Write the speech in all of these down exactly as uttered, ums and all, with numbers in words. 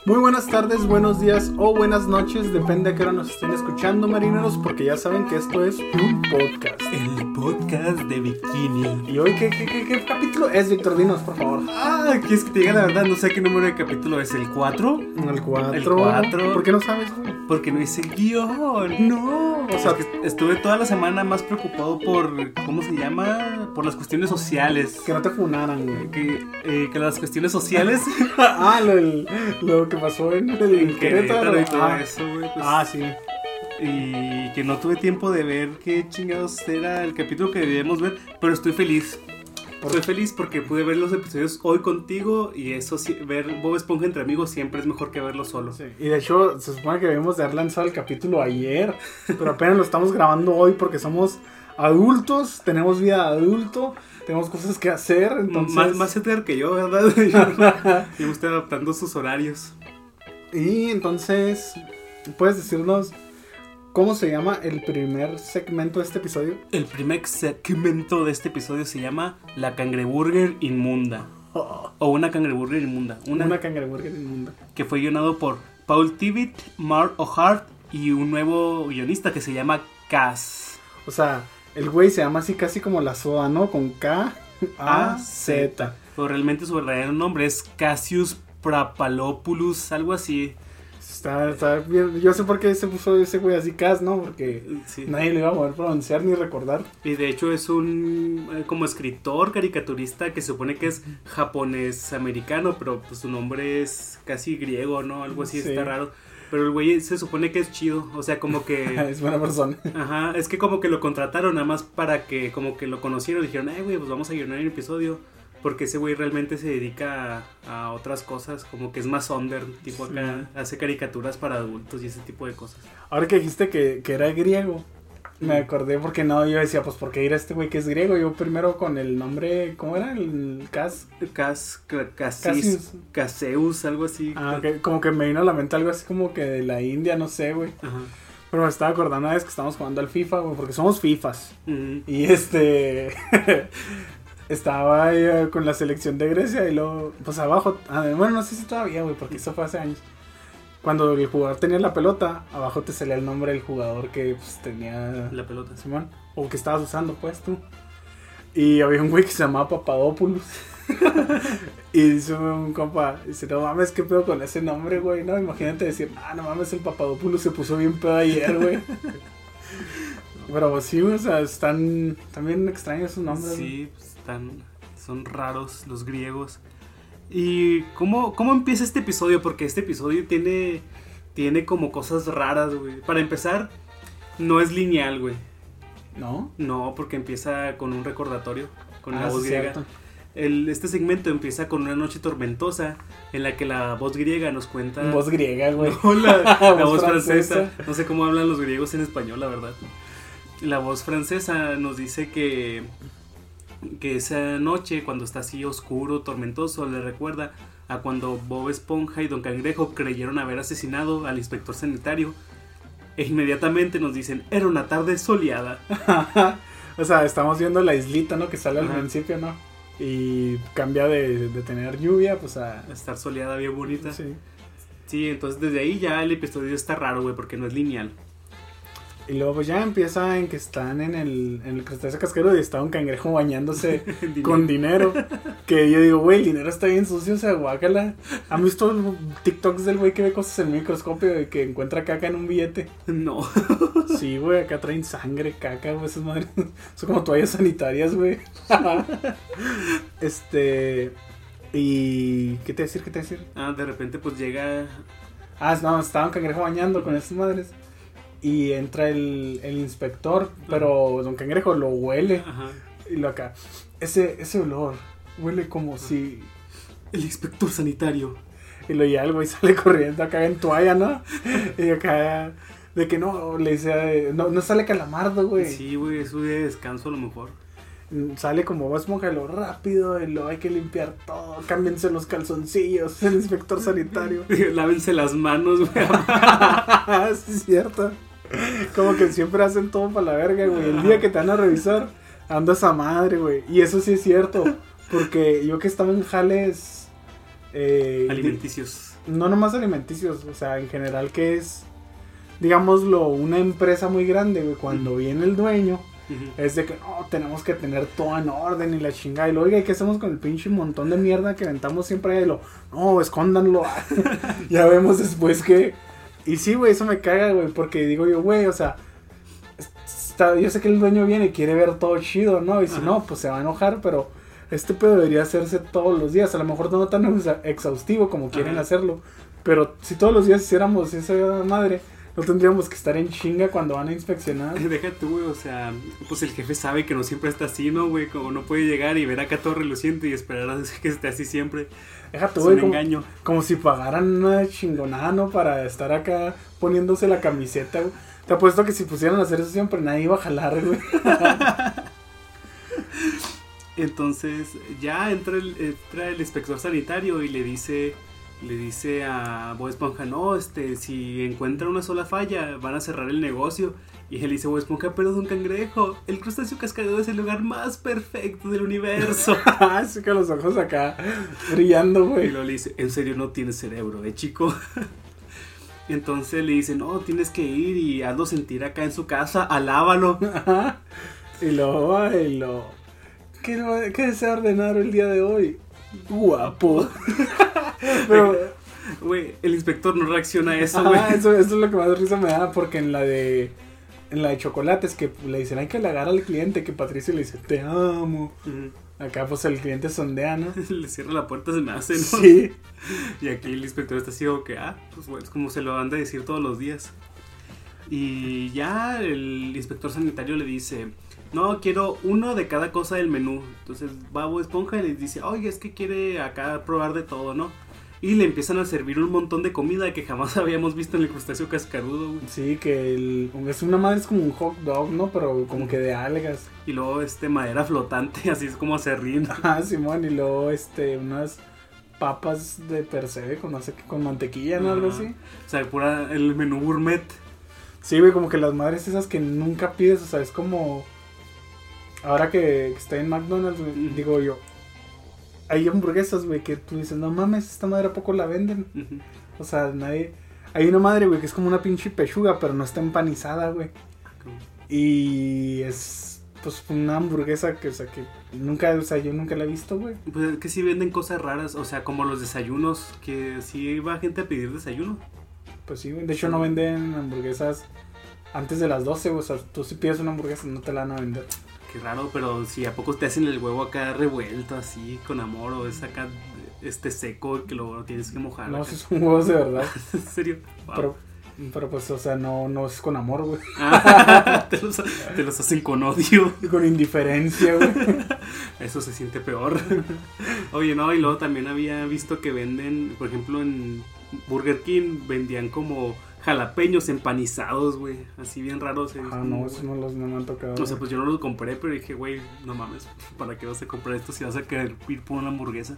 Muy buenas tardes, buenos días o buenas noches, depende a qué hora nos estén escuchando, marineros, porque ya saben que esto es un podcast. El podcast de Bikini. ¿Y hoy qué, qué, qué, qué capítulo es, Víctor? Dinos, por favor. Ah, ¿quieres que te diga la verdad? No sé qué número de capítulo es, ¿el cuatro? El cuatro. El cuatro. ¿Por qué no sabes, güey? Porque no hice guión. No. O sea, que estuve toda la semana más preocupado por, ¿cómo se llama? Por las cuestiones sociales. Que no te funaran, güey. Que, eh, que las cuestiones sociales. ah, lo, el, lo que pasó en el En Querétaro y todo ah. eso, güey. Pues, ah, sí. Y que no tuve tiempo de ver qué chingados era el capítulo que debíamos ver, pero estoy feliz. Estoy feliz porque pude ver los episodios hoy contigo y eso, ver Bob Esponja entre amigos siempre es mejor que verlo solo. Sí. Y de hecho, se supone que debimos de haber lanzado el capítulo ayer, pero apenas lo estamos grabando hoy porque somos adultos, tenemos vida de adulto, tenemos cosas que hacer, entonces... Más, más Edgar que yo, ¿verdad? Yo me estoy adaptando sus horarios. Y entonces, ¿puedes decirnos cómo se llama el primer segmento de este episodio? El primer segmento de este episodio se llama La Cangreburger Inmunda. Oh. O Una Cangreburger Inmunda. Una, una Cangreburger Inmunda. Que fue guionado por Paul Tibbitt, Mark O'Hart y un nuevo guionista que se llama Cass. O sea, el güey se llama así casi como la soda, ¿no? Con K A Z. Pero realmente su verdadero nombre es Cassius Prapalopoulos, algo así. Está, está bien. Yo sé por qué se puso ese güey así Cass, ¿no? Porque sí. Nadie le iba a poder pronunciar ni recordar. Y de hecho es un eh, como escritor, caricaturista que se supone que es japonés-americano, pero pues su nombre es casi griego, ¿no? Algo así, sí. Está raro. Pero el güey se supone que es chido, o sea, como que... es buena persona. Ajá, es que como que lo contrataron nada más para que como que lo conocieron y dijeron, ay, güey, pues vamos a guionar el episodio. Porque ese güey realmente se dedica a, a otras cosas, como que es más under, tipo sí. Acá hace caricaturas para adultos y ese tipo de cosas. Ahora que dijiste que, que era griego, me acordé porque no, yo decía, pues ¿por qué ir a este güey que es griego? Yo primero con el nombre, ¿cómo era? El Cas... Cas... Cassius. Caseus, algo así. Ah, okay. Como que me vino a la mente algo así como que de la India, no sé, güey. Ajá. Pero me estaba acordando una vez que estábamos jugando al FIFA, güey, porque somos FIFAs. Uh-huh. Y este... Estaba ahí uh, con la selección de Grecia y luego, pues abajo, ah, bueno, no sé si todavía, güey, porque eso fue hace años. Cuando el jugador tenía la pelota, abajo te salía el nombre del jugador que pues, tenía la pelota, Simón, o que estabas usando, pues tú. Y había un güey que se llamaba Papadopoulos. Y dice un compa, dice, no mames, ¿qué pedo con ese nombre, güey? No, imagínate decir, ah, no mames, el Papadopoulos se puso bien pedo ayer, güey. Pero sí, o sea, están también extraños esos nombres. Sí, pues, están, son raros los griegos. ¿Y cómo, cómo empieza este episodio? Porque este episodio tiene, tiene como cosas raras, güey. Para empezar, no es lineal, güey. ¿No? No, porque empieza con un recordatorio, con ah, la voz sí, griega. Cierto. El, este segmento empieza con una noche tormentosa en la que la voz griega nos cuenta... Voz griega, güey. No, la, la voz francesa. francesa. No sé cómo hablan los griegos en español, la verdad. La voz francesa nos dice que, que esa noche, cuando está así oscuro, tormentoso, le recuerda a cuando Bob Esponja y Don Cangrejo creyeron haber asesinado al inspector sanitario. E inmediatamente nos dicen, era una tarde soleada. O sea, estamos viendo la islita, ¿no? Que sale al Ajá. principio, ¿no? Y cambia de, de tener lluvia, pues a... estar soleada, bien bonita. Sí. Sí, entonces desde ahí ya el episodio está raro, güey, porque no es lineal. Y luego pues ya empieza en que están en el, en el crustáceo casquero y está un cangrejo bañándose dinero. Con dinero. Que yo digo, güey, el dinero está bien sucio, o sea, guácala. ¿Han visto TikToks del güey que ve cosas en el microscopio y que encuentra caca en un billete? No. Sí, güey, acá traen sangre, caca, güey, esas madres. Son como toallas sanitarias, güey. Este... Y... ¿Qué te decir? ¿Qué te decir? Ah, de repente pues llega... Ah, no, estaba un cangrejo bañando con esas madres. Y entra el, el inspector, pero Don Cangrejo lo huele. Ajá. Y lo acá, ese, ese olor huele como Ajá. si... El inspector sanitario. Y lo ya el güey sale corriendo acá en toalla, ¿no? Y acá, de que no, le dice, no, no sale Calamardo, güey. Sí, güey, es un día de descanso a lo mejor. Sale como Bob Esponja lo rápido, y lo hay que limpiar todo, cámbiense los calzoncillos, el inspector sanitario. Lávense las manos, güey. Sí, es cierto. Como que siempre hacen todo para la verga, güey. El día que te van a revisar, andas a madre, güey. Y eso sí es cierto. Porque yo que estaba en jales... Eh, alimenticios. no nomás alimenticios, o sea, en general que es, digámoslo, una empresa muy grande, güey, cuando uh-huh. viene el dueño, uh-huh. es de que, no, tenemos que tener todo en orden y la chingada, y luego, oiga, ¿y qué hacemos con el pinche montón de mierda que aventamos siempre ahí? Y lo, no, escóndanlo, ya vemos después que, y sí, güey, eso me caga, güey, porque digo yo, güey, o sea, está, yo sé que el dueño viene y quiere ver todo chido, ¿no? Y si uh-huh. no, pues se va a enojar, pero este pedo debería hacerse todos los días, a lo mejor no tan exhaustivo como quieren uh-huh. hacerlo, pero si todos los días hiciéramos esa madre, no tendríamos que estar en chinga cuando van a inspeccionar. Deja tú, güey, o sea, pues el jefe sabe que no siempre está así, ¿no, güey? Como no puede llegar y ver acá todo reluciente y esperar a que esté así siempre. Deja tú, güey, como, como si pagaran una chingonada, ¿no? Para estar acá poniéndose la camiseta, güey. Te apuesto que si pusieran a hacer eso siempre nadie iba a jalar, güey. Entonces ya entra el, entra el inspector sanitario y le dice... Le dice a Bob Esponja, no, este, si encuentra una sola falla, van a cerrar el negocio. Y él dice, Bob Esponja, pero Don Cangrejo, el crustáceo cascarudo es el lugar más perfecto del universo. Así con los ojos acá, brillando, güey. Y luego le dice, en serio no tienes cerebro, ¿eh, chico? Entonces le dice, no, tienes que ir y hazlo sentir acá en su casa, alábalo. Y luego, y lo... ¿Qué, ¿Qué desea ordenar el día de hoy? Guapo. Pero, güey, el inspector no reacciona a eso, güey. Eso, eso es lo que más risa me da, porque en la de en la de chocolates que le dicen hay que halagar al cliente, que Patricio le dice te amo. Uh-huh. Acá pues el cliente sondea, ¿no? Le cierra la puerta, se me hace, ¿no? Sí. Y aquí el inspector está así como que, ah, pues bueno, es como se lo anda a decir todos los días. Y ya el inspector sanitario le dice, no, quiero uno de cada cosa del menú. Entonces va Bob Esponja y le dice, oye, es que quiere acá probar de todo, ¿no? Y le empiezan a servir un montón de comida que jamás habíamos visto en el crustáceo cascarudo, güey. Sí, que el, es una madre, es como un hot dog, ¿no? Pero como que de algas. Y luego este madera flotante, así es como serrín. Ah, Simón, y luego este unas papas de percebe con no sé qué, con mantequilla, ¿no? Algo así. O sea, pura el menú gourmet. Sí, güey, como que las madres esas que nunca pides, o sea, es como... Ahora que, que estoy en McDonald's, güey, uh-huh. digo yo, hay hamburguesas, güey, que tú dices, no mames, esta madre a poco la venden. Uh-huh. O sea, nadie... Hay una madre, güey, que es como una pinche pechuga, pero no está empanizada, güey. Uh-huh. Y es, pues, una hamburguesa que, o sea, que nunca, o sea, yo nunca la he visto, güey. Pues es que sí venden cosas raras, o sea, como los desayunos, que sí va gente a pedir desayuno. Pues sí, güey, de hecho sí. No venden hamburguesas antes de las doce, güey, o sea, tú si pides una hamburguesa no te la van a vender. Qué raro, pero si a poco te hacen el huevo acá revuelto así, con amor, o es acá este seco que lo tienes que mojar. No, si son huevos de verdad. ¿En serio? Wow. Pero, pero pues, o sea, no, no es con amor, güey. Ah, te, los, te los hacen con odio. Y con indiferencia, güey. Eso se siente peor. Oye, no, y luego también había visto que venden, por ejemplo, en Burger King vendían como... jalapeños empanizados, güey, así bien raros. Ah, como, no, eso no, los, no me han tocado. O sea, pues yo no los compré, pero dije, güey, no mames, ¿para qué vas a comprar esto si vas a querer ir por una hamburguesa?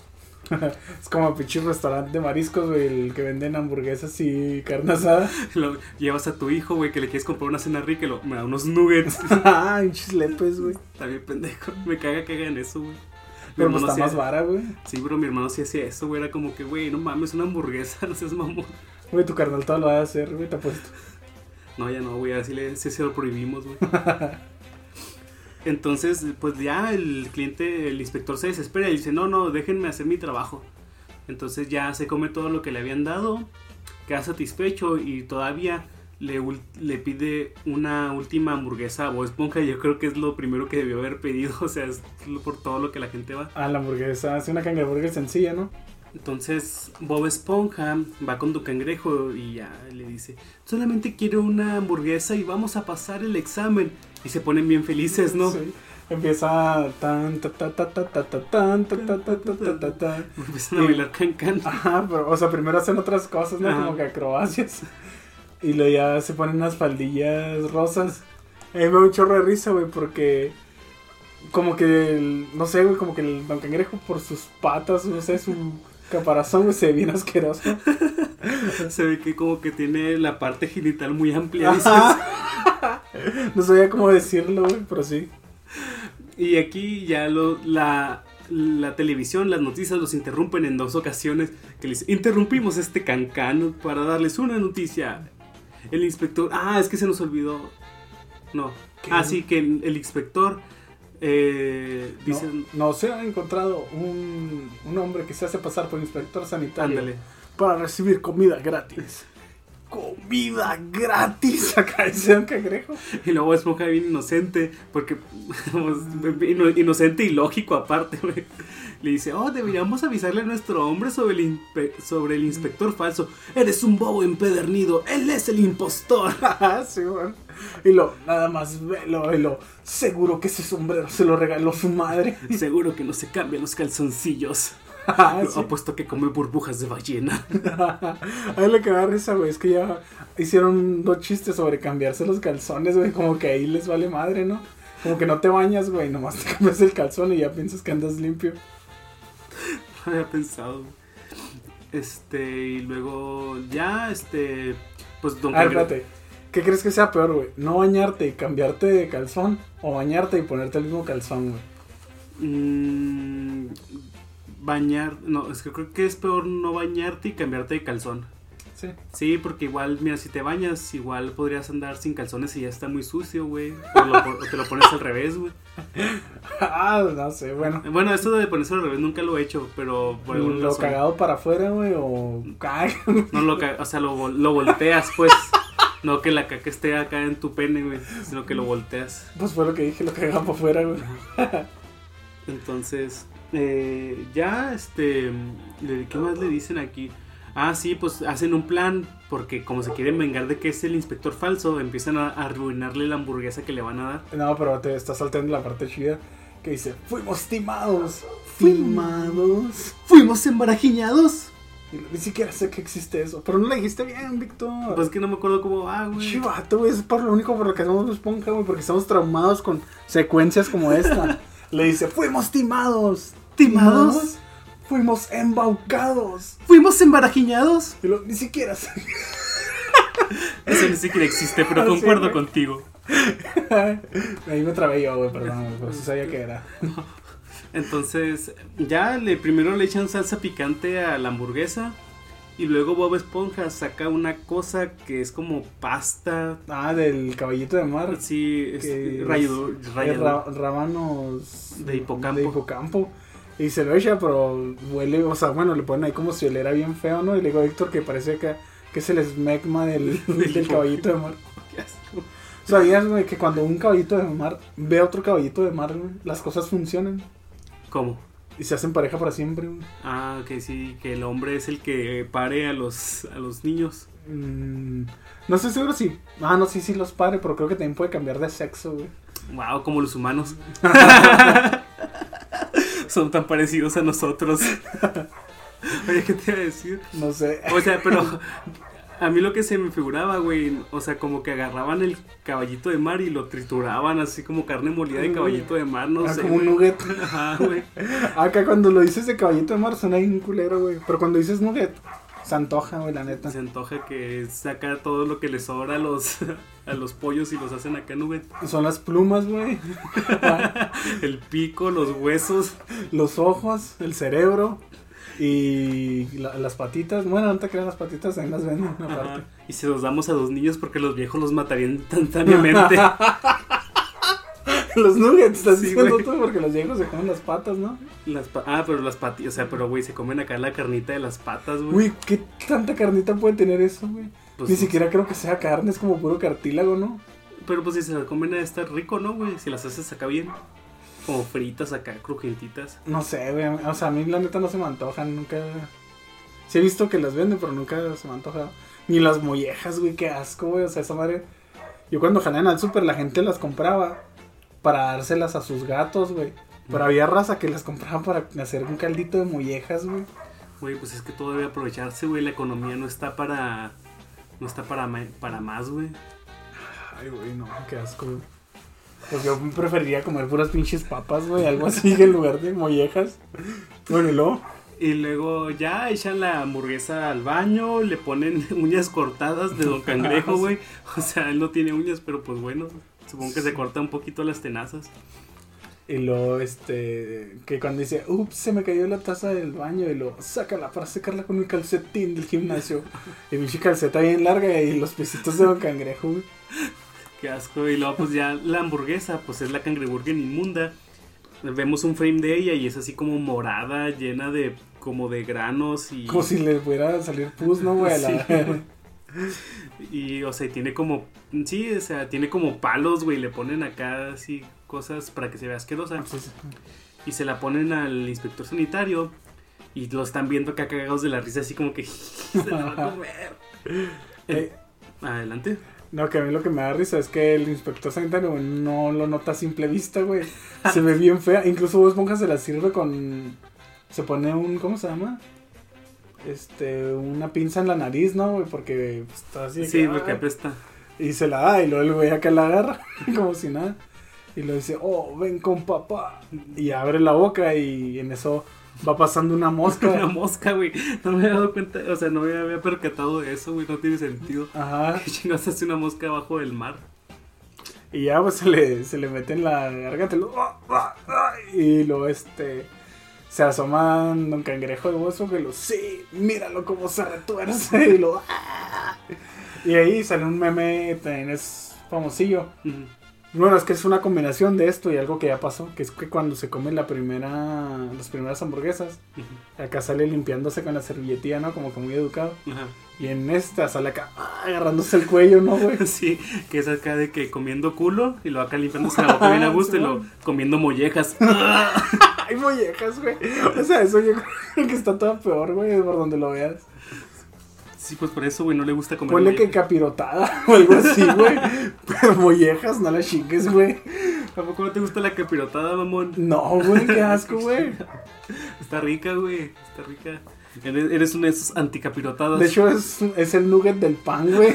Es como pinche restaurante de mariscos, güey, el que venden hamburguesas y carne asada. Lo llevas a tu hijo, güey, que le quieres comprar una cena rica y lo, me da unos nuggets. Ah, pinches lepes, güey. Está bien pendejo, me caga que hagan eso, güey. Pero pues está más vara, güey. Sí, pero mi hermano sí hacía eso, güey, era como que, güey, no mames, una hamburguesa, no seas mamón. Güey, tu carnal todo lo va a hacer, güey, te apuesto. No, ya no, güey, así le, sí se lo prohibimos, güey. Entonces, pues ya el cliente, el inspector se desespera y dice, no, no, déjenme hacer mi trabajo. Entonces ya se come todo lo que le habían dado, queda satisfecho y todavía le, le pide una última hamburguesa a Bob Esponja. Yo creo que es lo primero que debió haber pedido, o sea, es por todo lo que la gente va. Ah, la hamburguesa, es una cangreburger sencilla, ¿no? Entonces Bob Esponja va con tu cangrejo y ya le dice, solamente quiero una hamburguesa y vamos a pasar el examen. Y se ponen bien felices, ¿no? Sí. Empieza tan ta ta ta ta ta ta tan ta ta ta ta ta ta. Empiezan a bailar can can. Ajá, pero o sea, primero hacen otras cosas, ¿no? Ajá. Como que acrobacias. Y luego ya se ponen unas faldillas rosas. A mí me da un chorro de risa, güey, porque como que el, no sé, güey, como que el Don Cangrejo por sus patas, no sé, su caparazón, güey, se ve bien asqueroso. Se ve que como que tiene la parte genital muy amplia. No sabía cómo decirlo, güey, pero sí. Y aquí ya lo, la la televisión, las noticias los interrumpen en dos ocasiones. Que les interrumpimos este cancán para darles una noticia. El inspector, ah, es que se nos olvidó. No, ¿qué? Ah, sí, que el, el inspector eh, dice... No, no, se ha encontrado un, un hombre que se hace pasar por inspector sanitario. Ándale. Para recibir comida gratis. Comida gratis, acá dice un cangrejo. Y luego Esponja bien inocente, porque inocente y lógico aparte, güey. Le dice, oh, deberíamos avisarle a nuestro hombre sobre el, inspe- sobre el inspector falso. Eres un bobo empedernido, él es el impostor. Sí, bueno. Y lo, nada más velo, y lo, seguro que ese sombrero se lo regaló su madre. Seguro que no se cambian los calzoncillos. Ah, sí. Apuesto que come burbujas de ballena. A ver, lo que me da risa, güey, es que ya hicieron dos chistes sobre cambiarse los calzones, güey, como que ahí les vale madre, ¿no? Como que no te bañas, güey, nomás te cambias el calzón y ya piensas que andas limpio. No había pensado. Este, y luego ya, este, pues don A ver, espérate, ¿qué crees que sea peor, güey? ¿No bañarte y cambiarte de calzón? ¿O bañarte y ponerte el mismo calzón, güey? Mmm... Bañar, no, es que creo que es peor no bañarte y cambiarte de calzón. Sí. Sí, porque igual, mira, si te bañas, igual podrías andar sin calzones y ya está muy sucio, güey. O, lo, o te lo pones al revés, güey. Ah, no sé, bueno. Bueno, esto de ponerse al revés nunca lo he hecho, pero por alguna ¿Lo razón. Cagado para afuera, güey? O... No, lo ca- o sea, lo, lo volteas, pues. No que la caca esté acá en tu pene, güey, sino que lo volteas. Pues fue lo que dije, lo cagado para afuera, güey. Entonces... Eh, ya, este, ¿qué más le dicen aquí? Ah, sí, pues hacen un plan porque como se quieren vengar de que es el inspector falso, empiezan a, a arruinarle la hamburguesa que le van a dar. No, pero te está saltando la parte chida que dice, fuimos timados, timados, fuimos embarajiñados. Y ni siquiera sé que existe eso, pero no le dijiste bien, Víctor. Pues que no me acuerdo cómo va, güey. Chivato, güey, es por lo único por lo que hacemos Esponja, güey, porque estamos traumados con secuencias como esta. Le dice, fuimos timados. ¿Timados? Fuimos embaucados. ¿Fuimos embarajiñados? Y lo, ni siquiera sé. Eso ni siquiera existe, pero concuerdo sí, contigo. Ahí me trabé yo, güey, perdón, pero eso sabía que era. Entonces, ya le primero le echan salsa picante a la hamburguesa. Y luego Bob Esponja saca una cosa que es como pasta. Ah, del caballito de mar. Sí, es rayador, ra, rábanos de hipocampo. De hipocampo. Y se lo echa, pero huele, o sea, bueno, le ponen ahí como si oliera bien feo, ¿no? Y le digo a Víctor que parece que, que es el esmegma del, del caballito de mar. ¿Sabías, güey, que cuando un caballito de mar ve a otro caballito de mar, güey, las cosas funcionan? ¿Cómo? Y se hacen pareja para siempre, güey. Ah, que sí, que el hombre es el que pare a los, a los niños. Mm, no estoy seguro si... Ah, no, sí, sí los pare, pero creo que también puede cambiar de sexo, güey. Wow, como los humanos. Son tan parecidos a nosotros. Oye, ¿qué te iba a decir? No sé. O sea, pero a mí lo que se me figuraba, güey, o sea, como que agarraban el caballito de mar y lo trituraban así como carne molida de caballito de mar, no ah, sé. Como un güey. nugget. Ajá, güey. Acá cuando lo dices de caballito de mar suena ahí un culero, güey. Pero cuando dices nugget, se antoja, güey, la neta. Se antoja que saca todo lo que les sobra a los, a los pollos y los hacen acá nugget. Son las plumas, güey. El pico, los huesos. Los ojos, el cerebro. Y la, las patitas, bueno, no te creas, las patitas ahí las venden aparte. Y se los damos a los niños porque los viejos los matarían instantáneamente. Los nuggets, estás sí, diciendo güey. tú, porque los viejos se comen las patas, ¿no? Las pa- ah, pero las patas, o sea, pero güey, se comen acá la carnita de las patas, güey. Uy, ¿qué tanta carnita puede tener eso, güey? Pues, Ni siquiera creo que sea carne, es como puro cartílago, ¿no? Pero pues si se las comen a estar rico, ¿no, güey? Si las haces acá bien. Como fritas acá, crujientitas. No sé, güey, o sea, a mí la neta no se me antojan, nunca... Sí he visto que las venden, pero nunca se me antoja. Ni las mollejas, güey, qué asco, güey, o sea, esa madre... Yo cuando jalaban al súper, la gente las compraba para dárselas a sus gatos, güey. Pero había raza que las compraba para hacer un caldito de mollejas, güey. Güey, pues es que todo debe aprovecharse, güey. La economía no está para... No está para, ma- para más, güey. Ay, güey, no, qué asco, güey. Pues yo preferiría comer puras pinches papas, güey, algo así en lugar de mollejas. Bueno, y luego... Y luego ya echan la hamburguesa al baño, le ponen uñas cortadas de Don Cangrejo, güey. O sea, él no tiene uñas, pero pues bueno, supongo que se corta un poquito las tenazas. Y luego, este, que cuando dice, ups, se me cayó la taza del baño, y luego, sácala para secarla con mi calcetín del gimnasio. Y mi calceta bien larga y los piecitos de Don Cangrejo, güey. Qué asco. Y luego, pues ya la hamburguesa, pues es la cangreburger inmunda. Vemos un frame de ella y es así como morada, llena de, como de granos y... Como si le fuera a salir pus, ¿no, güey? Sí. Y, o sea, tiene como, sí, o sea, tiene como palos, güey, le ponen acá así cosas para que se vea asquerosa. Sí, sí. Y se la ponen al inspector sanitario y lo están viendo acá cagados de la risa, así como que se la va a comer. Eh, Adelante. No, que a mí lo que me da risa es que el inspector sanitario no lo nota a simple vista, güey. Se ve bien fea. Incluso Bob Esponja se la sirve con... Se pone un... ¿Cómo se llama? Este... Una pinza en la nariz, ¿no, güey? Porque pues, está así... Sí, que, porque apesta. Y se la da y luego el güey acá la agarra como si nada. Y lo dice, oh, ven con papá. Y abre la boca y en eso... Va pasando una mosca. Una mosca, güey. No me había dado cuenta, o sea, no me había percatado de eso, güey. No tiene sentido. Ajá. ¿Qué chingados hace una mosca abajo del mar? Y ya, pues, se le, se le mete en la garganta. Y lo, y lo este... Se asoma Don Cangrejo de Bozo que lo... Sí, míralo cómo se retuerce. Y lo... Y ahí sale un meme, también es famosillo. Uh-huh. Bueno, es que es una combinación de esto y algo que ya pasó, que es que cuando se come la primera, las primeras hamburguesas, uh-huh. acá sale limpiándose con la servilletilla, ¿no? Como que muy educado. Uh-huh. Y en esta sale acá ¡ah! Agarrándose el cuello, ¿no, güey? Sí, que es acá de que comiendo culo y lo acá limpiándose la boca bien a gusto. Sí, y lo comiendo mollejas. Hay mollejas, güey. O sea, eso yo creo que está todo peor, güey, por donde lo veas. Sí, pues por eso, güey, no le gusta comer Ponle mollejas. Que capirotada o algo así, güey. Pero mollejas, no las chingues, güey. ¿Tampoco no te gusta la capirotada, mamón? No, güey, qué asco, güey. Está rica, güey, está rica. Eres, eres uno de esos anticapirotadas. De hecho, es, es el nugget del pan, güey.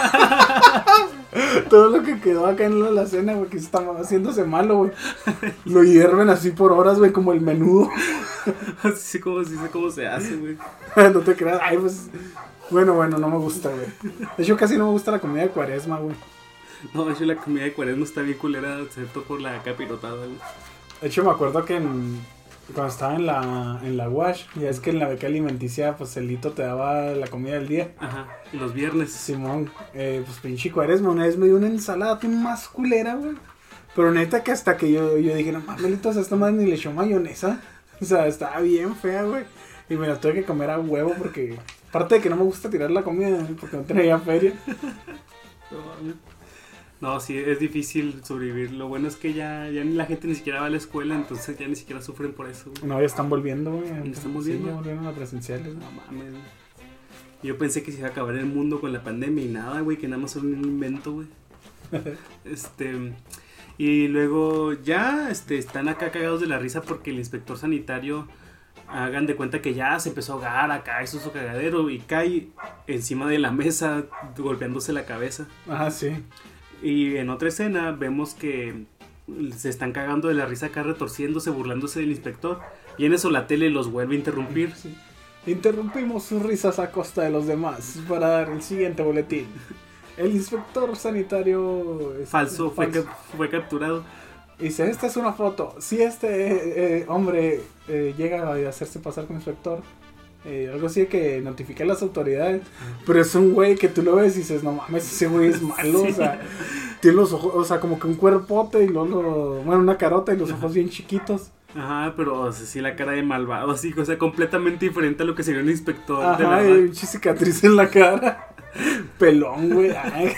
Todo lo que quedó acá en la alacena, güey, que está haciéndose malo, güey. Lo hierven así por horas, güey, como el menudo. Así como, sí sé cómo se hace, güey. No te creas, ay, pues... Bueno, bueno, no me gusta, güey. De hecho, casi no me gusta la comida de Cuaresma, güey. No, de hecho, la comida de Cuaresma está bien culera, excepto por la capirotada, güey. De hecho, me acuerdo que en, cuando estaba en la en la U A S H, ya es que en la beca alimenticia, pues, el Lito te daba la comida del día. Ajá, y los viernes. Simón, eh, pues, pinche Cuaresma, una vez me dio una ensalada más culera, güey. Pero neta que hasta que yo, yo dije, no mames, Lito, o sea, esta madre ni le echó mayonesa. O sea, estaba bien fea, güey. Y me la tuve que comer a huevo porque... Aparte de que no me gusta tirar la comida porque no traía feria. No, sí, es difícil sobrevivir. Lo bueno es que ya, ya la gente ni siquiera va a la escuela, entonces ya ni siquiera sufren por eso. Güey. No, ya están volviendo, güey. ¿Ya están volviendo? Sí, ya volvieron a presenciales. No mames. Yo pensé que se iba a acabar el mundo con la pandemia y nada, güey, que nada más era un invento, güey. este... Y luego ya este, están acá cagados de la risa porque el inspector sanitario... Hagan de cuenta que ya se empezó a ahogar acá, eso es su cagadero, y cae encima de la mesa golpeándose la cabeza. Ah, sí. Y en otra escena vemos que se están cagando de la risa acá, retorciéndose, burlándose del inspector. Y en eso la tele los vuelve a interrumpir. Sí. Interrumpimos sus risas a costa de los demás para dar el siguiente boletín. El inspector sanitario... Falso, fue, falso. Cap- fue capturado. Dice, esta es una foto. Si este eh, hombre eh, llega a hacerse pasar como inspector, eh, algo así de que notifique a las autoridades. Pero es un güey que tú lo ves y dices, no mames, ese güey es malo. Sí. O sea, tiene los ojos, o sea, como que un cuerpote y luego, bueno, una carota y los ojos bien chiquitos. Ajá, pero o sea, sí la cara de malvado, así, o sea, completamente diferente a lo que sería un inspector. Ajá, de la y una cicatriz en la cara. Pelón, güey.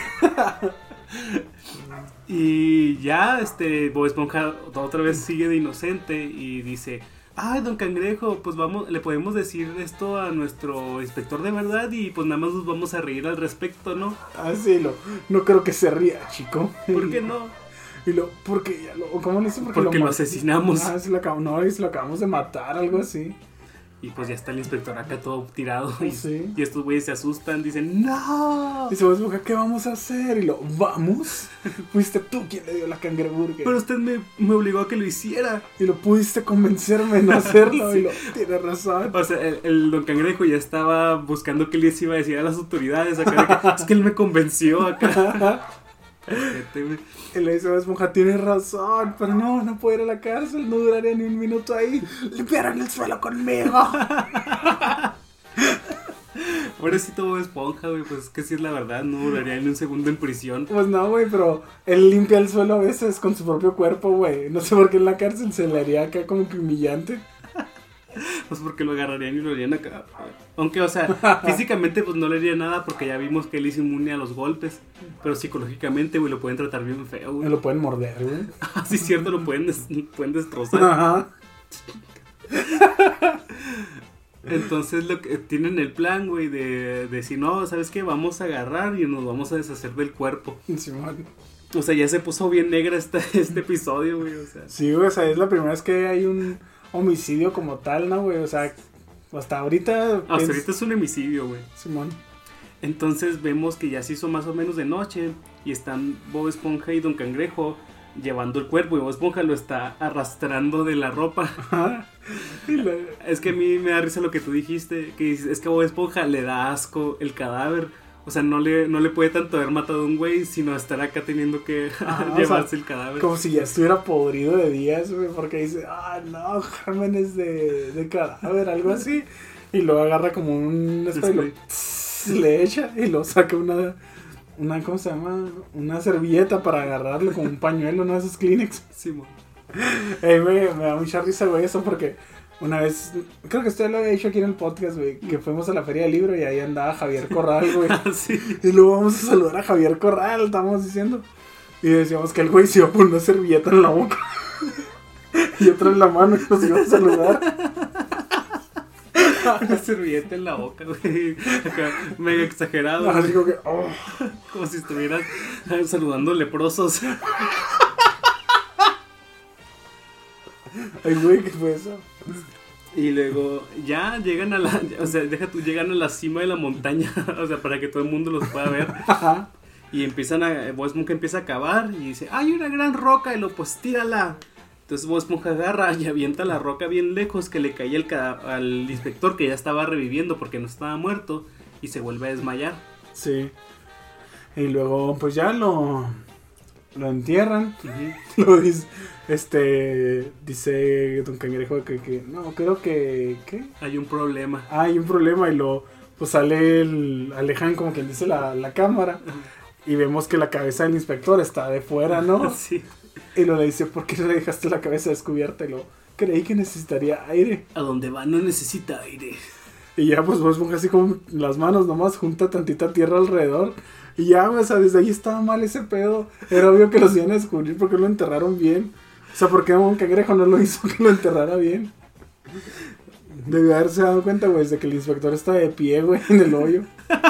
Y ya, este, Bob Esponja otra vez sigue de inocente y dice, ay, Don Cangrejo, pues vamos, le podemos decir esto a nuestro inspector de verdad y pues nada más nos vamos a reír al respecto, ¿no? Ah, sí, lo, no creo que se ría, chico. ¿Por qué no? Y lo, porque ya lo, ¿cómo le dice? Porque, porque lo, lo asesinamos. Ah, se lo acabamos, no, se lo acabamos de matar, algo así. Y pues ya está el inspector acá todo tirado. Y, sí. y estos güeyes se asustan, dicen, ¡no! Y se va a ¿qué vamos a hacer? Y lo, ¿vamos? Fuiste tú quien le dio la cangreburger. Pero usted me, me obligó a que lo hiciera. Y lo pudiste convencerme de no hacerlo. Sí. Y lo, tiene razón. O sea, el, el Don Cangrejo ya estaba buscando qué les iba a decir a las autoridades acá. De que, es que él me convenció acá. Y le dice Bob Esponja, tienes razón, pero no, no puedo ir a la cárcel, no duraría ni un minuto ahí. Limpiaron el suelo conmigo. Pobrecito Bob Esponja, güey, pues es que sí es la verdad, no duraría ni un segundo en prisión. Pues no, güey, pero él limpia el suelo a veces con su propio cuerpo, güey. No sé por qué en la cárcel se le haría acá como que humillante. Pues porque lo agarrarían y lo harían acá. Aunque, o sea, físicamente pues no le haría nada porque ya vimos que él es inmune a los golpes. Pero psicológicamente, güey, lo pueden tratar bien feo, güey. Lo pueden morder, güey. Ah, sí, cierto, lo pueden, des- pueden destrozar. Ajá. Entonces lo que tienen el plan, güey, de, de decir, no, ¿sabes qué? Vamos a agarrar y nos vamos a deshacer del cuerpo. Simón. O sea, ya se puso bien negra esta, este episodio, güey, o sea. Sí, güey, o sea, es la primera vez que hay un homicidio como tal, ¿no, güey? O sea, hasta ahorita... Hasta pens- ahorita es un homicidio, güey. Simón. Entonces vemos que ya se hizo más o menos de noche y están Bob Esponja y Don Cangrejo llevando el cuerpo y Bob Esponja lo está arrastrando de la ropa. Ajá. Y la- Es que a mí me da risa lo que tú dijiste, que dices, es que a Bob Esponja le da asco el cadáver. O sea, no le, no le puede tanto haber matado a un güey, sino estar acá teniendo que Ajá, llevarse o sea, el cadáver. Como si ya estuviera podrido de días, güey, porque dice, ah, no, gérmenes de, de cadáver, algo así. Y luego agarra como un spray y lo, tss, le echa y lo saca una, una, ¿cómo se llama? Una servilleta para agarrarlo como un pañuelo, ¿no? Esos Kleenex. Sí, mo. Ey, me, me da mucha risa, güey, eso porque una vez, creo que usted lo había dicho aquí en el podcast, güey, que fuimos a la Feria del Libro y ahí andaba Javier Corral, güey. Sí. Y luego vamos a saludar a Javier Corral, estábamos diciendo. Y decíamos que el güey se iba a poner una servilleta en la boca y otra en la mano y nos iba a saludar. Una servilleta en la boca, güey. Acá, mega exagerado. Así como que, oh. Como si estuvieras saludando leprosos. Ay, güey, ¿qué fue eso? Y luego ya llegan a la, o sea, deja tú, llegan a la cima de la montaña, o sea, para que todo el mundo los pueda ver. Ajá. Y empiezan a, Bob Esponja empieza a cavar y dice, hay una gran roca, y lo pues tírala. Entonces Bob Esponja agarra y avienta la roca bien lejos, que le cae el cada- al inspector que ya estaba reviviendo porque no estaba muerto, y se vuelve a desmayar. Sí. Y luego, pues ya lo, lo entierran. Uh-huh. Lo dice, este, dice Don Cangrejo que, que, no, creo que, ¿qué? Hay un problema. Ah, hay un problema y lo, pues sale el, alejan como quien dice la, la cámara y vemos que la cabeza del inspector está de fuera, ¿no? Sí. Y lo le dice, ¿por qué le dejaste la cabeza descubierta? Y lo, creí que necesitaría aire. A donde va no necesita aire. Y ya pues vos pongas así como las manos nomás, junta tantita tierra alrededor. Y ya, o sea, desde ahí estaba mal ese pedo. Era obvio que los iban a descubrir porque lo enterraron bien. O sea, ¿por qué un cangrejo no lo hizo que lo enterrara bien? Debió haberse dado cuenta, güey, de que el inspector está de pie, güey, en el hoyo.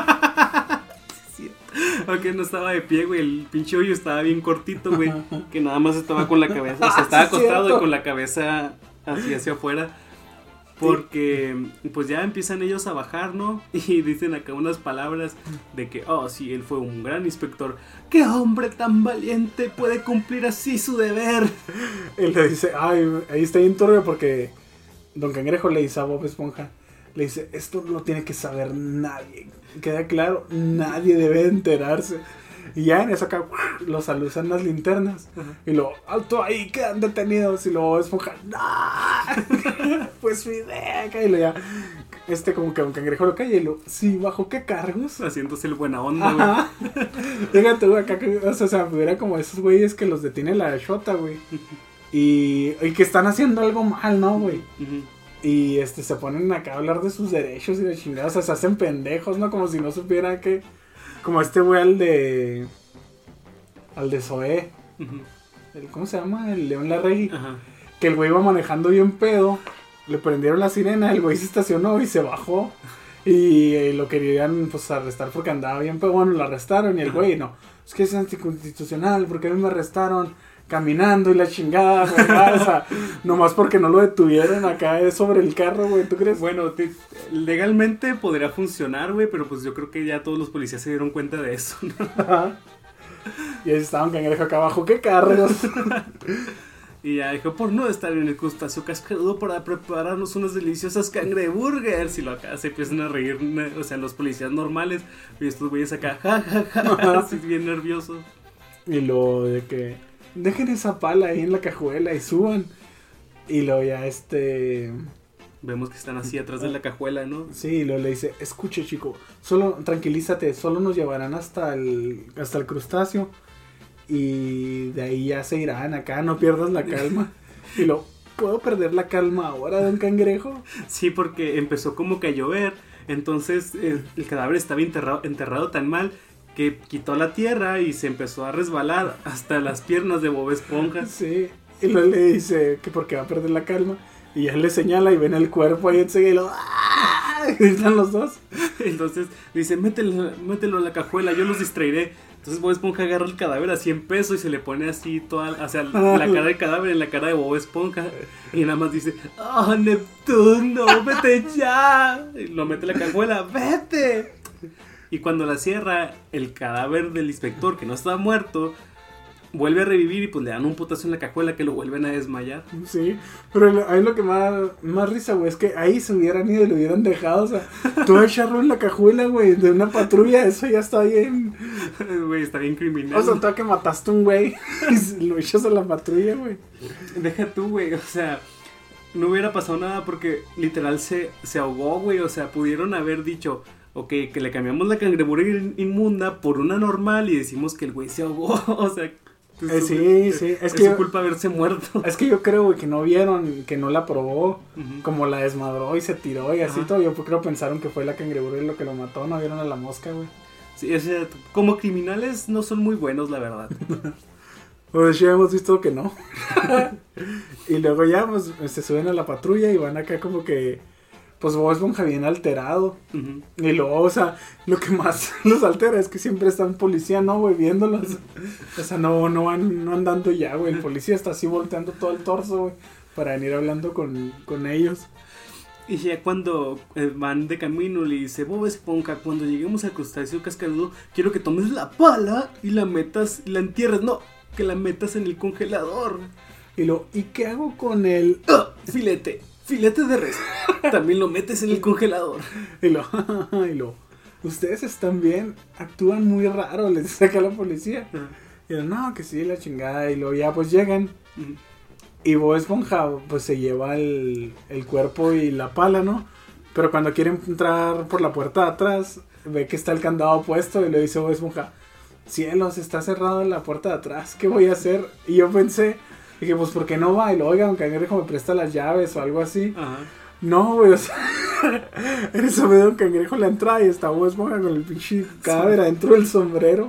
Sí. Aunque no estaba de pie, güey, el pinche hoyo estaba bien cortito, güey, que nada más estaba con la cabeza, o sea, estaba Sí, acostado cierto. y con la cabeza así hacia afuera. Porque pues ya empiezan ellos a bajar, ¿no? Y dicen acá unas palabras de que, oh, sí, él fue un gran inspector. ¡Qué hombre tan valiente puede cumplir así su deber! Y le dice, ay, ahí está bien turbio porque Don Cangrejo le dice a Bob Esponja, le dice, esto no tiene que saber nadie. Queda claro, nadie debe enterarse. Y ya en eso acá los alusan las linternas. Ajá. Y luego, alto ahí, quedan detenidos. Y luego Bob Esponja, ¡no! Pues mi idea. Y luego ya, este como que Don Cangrejo lo calla y lo, sí, ¿bajo qué cargos? Haciéndose el buena onda, güey. Ajá. Fíjate, güey, acá, que, o sea, se me figura como esos güeyes que los detiene la Shota, güey. Y, y que están haciendo algo mal, ¿no, güey? Ujú. Y este se ponen acá a hablar de sus derechos y de chingados, o sea, se hacen pendejos, ¿no? Como si no supieran que... Como este güey al de... Al de Zoé. Ujú. El, ¿Cómo se llama? El León Larregui. Ajá. Que el güey iba manejando bien pedo. Le prendieron la sirena, el güey se estacionó y se bajó. Y eh, lo querían pues arrestar porque andaba bien pedo. Bueno, lo arrestaron y el güey no. Es que es anticonstitucional porque a mí me arrestaron caminando y la chingada, güey. O sea, nomás porque no lo detuvieron acá sobre el carro, güey. ¿Tú crees? Bueno, te- legalmente podría funcionar, güey, pero pues yo creo que ya todos los policías se dieron cuenta de eso, ¿no? Ajá. Y ahí estaba un cangrejo acá abajo. ¿Qué carros? Y ya dijo, por no estar en el crustáceo cascarudo para prepararnos unas deliciosas cangreburgers. Y lo acá se empiezan a reír, o sea, los policías normales. Y estos güeyes acá, ja, ja, ja, así bien nerviosos. Y luego de que dejen esa pala ahí en la cajuela y suban. Y luego ya este... Vemos que están así atrás de la cajuela, ¿no? Sí, y luego le dice, escuche chico, solo, tranquilízate, solo nos llevarán hasta el, hasta el crustáceo. Y de ahí ya se irán acá, no pierdas la calma. Y luego, ¿puedo perder la calma ahora, don Cangrejo? Sí, porque empezó como que a llover. Entonces el, el cadáver estaba enterrado, enterrado tan mal que quitó la tierra y se empezó a resbalar hasta las piernas de Bob Esponja. Sí, y luego le dice que porque va a perder la calma. Y él le señala y ven el cuerpo ahí enseguida y lo... ¡ah! Están los dos. Entonces dice, mételo, mételo en la cajuela, yo los distraeré. Entonces Bob Esponja agarra el cadáver a cien pesos y se le pone así toda, o sea, la cara del cadáver en la cara de Bob Esponja. Y nada más dice, ¡oh, Neptuno, vete ya! Y lo mete en la cajuela, ¡vete! Y cuando la cierra, el cadáver del inspector, que no estaba muerto, vuelve a revivir y pues le dan un putazo en la cajuela que lo vuelven a desmayar. Sí, pero ahí lo que más, más risa, güey, es que ahí se hubieran ido y lo hubieran dejado, o sea, tú a echarlo en la cajuela, güey, de una patrulla, eso ya está bien. Güey, está bien criminal. O sea, tú a que mataste a un güey y lo echas a la patrulla, güey. Deja tú, güey, o sea, no hubiera pasado nada porque literal se, se ahogó, güey, o sea, pudieron haber dicho... Ok, que le cambiamos la cangreburra inmunda por una normal y decimos que el güey se ahogó, o sea... Eh, sí, sí, es, es que su yo, culpa haberse muerto. Es que yo creo, güey, que no vieron, que no la probó, uh-huh. Como la desmadró y se tiró y así uh-huh. Todo. Yo creo pensaron que fue la cangreburra lo que lo mató, no vieron a la mosca, güey. Sí, o sea, como criminales no son muy buenos, la verdad. Pues ya hemos visto que no. Y luego ya, pues, se suben a la patrulla y van acá como que... Pues Bob Esponja bien alterado. Uh-huh. Y luego, o sea, lo que más los altera es que siempre está un policía, ¿no, güey? Viéndolos. O sea, no, no van no andando ya, güey. El policía está así volteando todo el torso, güey. Para venir hablando con, con ellos. Y ya cuando eh, van de camino le dice, Bob Esponja, cuando lleguemos al crustáceo cascarudo, quiero que tomes la pala y la metas, y la entierres. No, que la metas en el congelador. Y lo, ¿y qué hago con el ¡oh, filete! Filete de res. También lo metes en el congelador. Y lo, y lo, ustedes están bien, actúan muy raro, les dice acá la policía. Uh-huh. Y lo, no, que sí, la chingada. Y luego ya pues llegan. Uh-huh. Y Bob Esponja pues se lleva el, el cuerpo y la pala, ¿no? Pero cuando quieren entrar por la puerta de atrás, ve que está el candado puesto y le dice Bob Esponja, cielos, está cerrado la puerta de atrás, ¿qué voy a hacer? Y yo pensé... Dije, pues, ¿por qué no va? Y lo, oiga, don Cangrejo me presta las llaves o algo así. Ajá. No, güey, o sea, en eso ve don Cangrejo la entrada y está Bob Esponja con el pinche cadáver adentro del sombrero.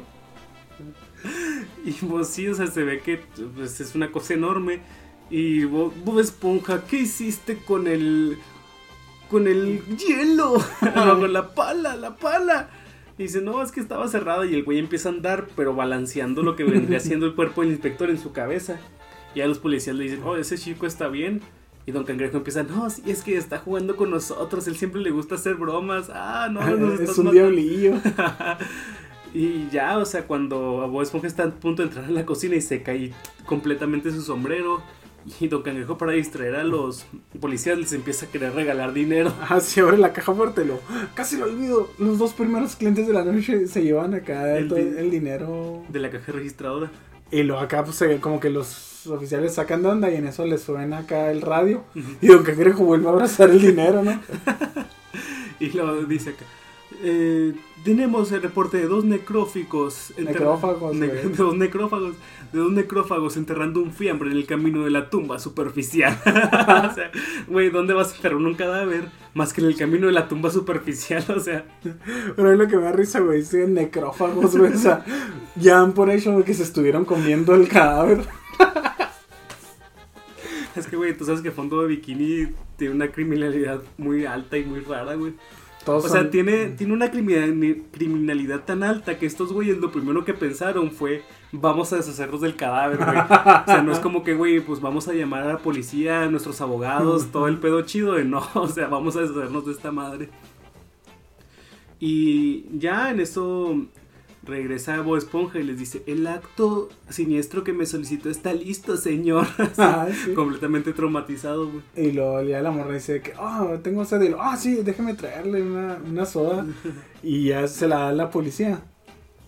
Y pues sí, o sea, se ve que pues, es una cosa enorme. Y Bob, Bob Esponja, ¿qué hiciste con el... con el hielo? No, con la pala, la pala. Y dice, no, es que estaba cerrado. Y el güey empieza a andar, pero balanceando lo que vendría haciendo el cuerpo del inspector en su cabeza. Y a los policías le dicen, oh, ese chico está bien. Y don Cangrejo empieza, no, sí, es que está jugando con nosotros. Él siempre le gusta hacer bromas. Ah, no, nos es un matando. Diablillo. Y ya, o sea, cuando Bob Esponja está a punto de entrar a la cocina y se cae completamente su sombrero. Y don Cangrejo, para distraer a los policías, les empieza a querer regalar dinero. Ah, sí, abre la caja fuerte, lo casi lo olvido. Los dos primeros clientes de la noche se llevan acá el, todo di- el dinero de la caja registradora. Y luego acá, pues, como que los oficiales sacan de onda y en eso les suena acá el radio. Uh-huh. Y don Cangrejo vuelve a abrazar el dinero, ¿no? Y lo dice acá. Eh, tenemos el reporte de dos necrófagos. Necrófagos, ne- de dos necrófagos. De dos necrófagos enterrando un fiambre en el camino de la tumba superficial. O sea, güey, ¿dónde vas a enterrar un cadáver? Más que en el camino de la tumba superficial, o sea. Pero es lo que me da risa, güey, es necrófagos, güey. O sea, ya han por hecho, güey, que se estuvieron comiendo el cadáver. Es que, güey, tú sabes que Fondo de Bikini tiene una criminalidad muy alta y muy rara, güey. Todos o sea, son... tiene, tiene una criminalidad tan alta que estos güeyes lo primero que pensaron fue vamos a deshacernos del cadáver, güey. O sea, no es como que, güey, pues vamos a llamar a la policía, a nuestros abogados, todo el pedo chido de no, o sea, vamos a deshacernos de esta madre. Y ya en eso regresa Bob Esponja y les dice, el acto siniestro que me solicitó está listo, señor. Así, ah, sí. Completamente traumatizado, güey. Y luego ya la morra dice que, oh, tengo sed. Y lo, ah, oh, sí, déjeme traerle una, una soda. Y ya se la da a la policía.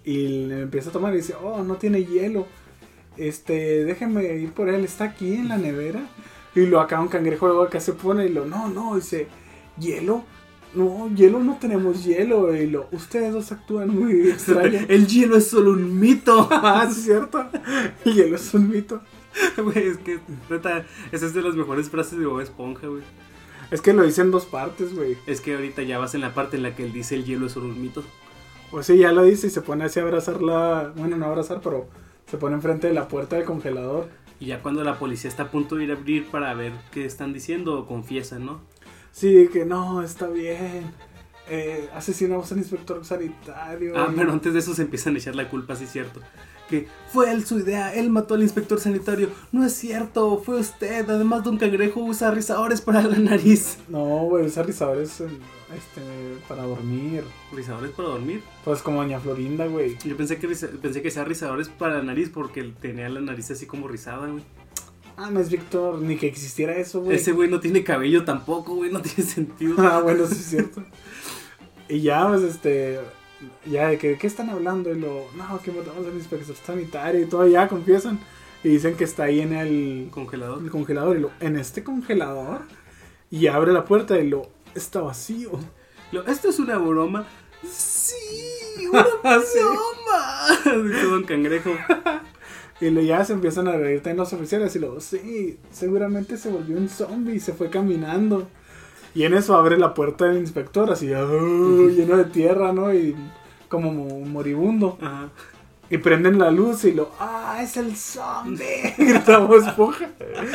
Y le empieza a tomar y dice, oh, no tiene hielo. Este, déjenme ir por él, está aquí en la nevera. Y lo acá un cangrejo luego acá se pone y lo, no, no, dice, ¿hielo? No, hielo no tenemos hielo. Y lo, ustedes dos actúan muy extraño. El hielo es solo un mito. Ah, ¿sí es cierto? El hielo es un mito. Güey, es que, neta, esa es de las mejores frases de Bob Esponja, güey. Es que lo dice en dos partes, güey. Es que ahorita ya vas en la parte en la que él dice el hielo es solo un mito. Pues sí, ya lo dice y se pone así a abrazarla. Bueno, no a abrazar, pero se pone enfrente de la puerta del congelador. Y ya cuando la policía está a punto de ir a abrir para ver qué están diciendo, confiesan, ¿no? Sí, que no, está bien. Eh, asesinamos al inspector sanitario. Ah, pero antes de eso se empiezan a echar la culpa, sí es cierto. Que fue él su idea, él mató al inspector sanitario. No es cierto, fue usted. Además de un cangrejo usa rizadores para la nariz. No, güey, usa rizadores este, para dormir. ¿Rizadores para dormir? Pues como doña Florinda, güey. Yo pensé que pensé que sea rizadores para la nariz porque tenía la nariz así como rizada, güey. Ah, no es Víctor, ni que existiera eso, güey. Ese güey no tiene cabello tampoco, güey, no tiene sentido. Ah, bueno, sí es cierto. Y ya, pues, este... Ya, de que, ¿de qué están hablando? Y lo... No, que matamos al inspector sanitario y todo, ya confiesan. Y dicen que está ahí en el... Congelador. El congelador. Y lo... ¿En este congelador? Y abre la puerta y lo... Está vacío. Lo, ¿esto es una broma? ¡Sí! ¡Una broma! Dice Don Cangrejo. Y lo ya se empiezan a reír también los oficiales. Y luego, sí, seguramente se volvió un zombie y se fue caminando. Y en eso abre la puerta del inspector, así, uh, lleno de tierra, ¿no? Y como moribundo. Ajá. Y prenden la luz y lo, ¡ah, es el zombie! Grita Bob Esponja.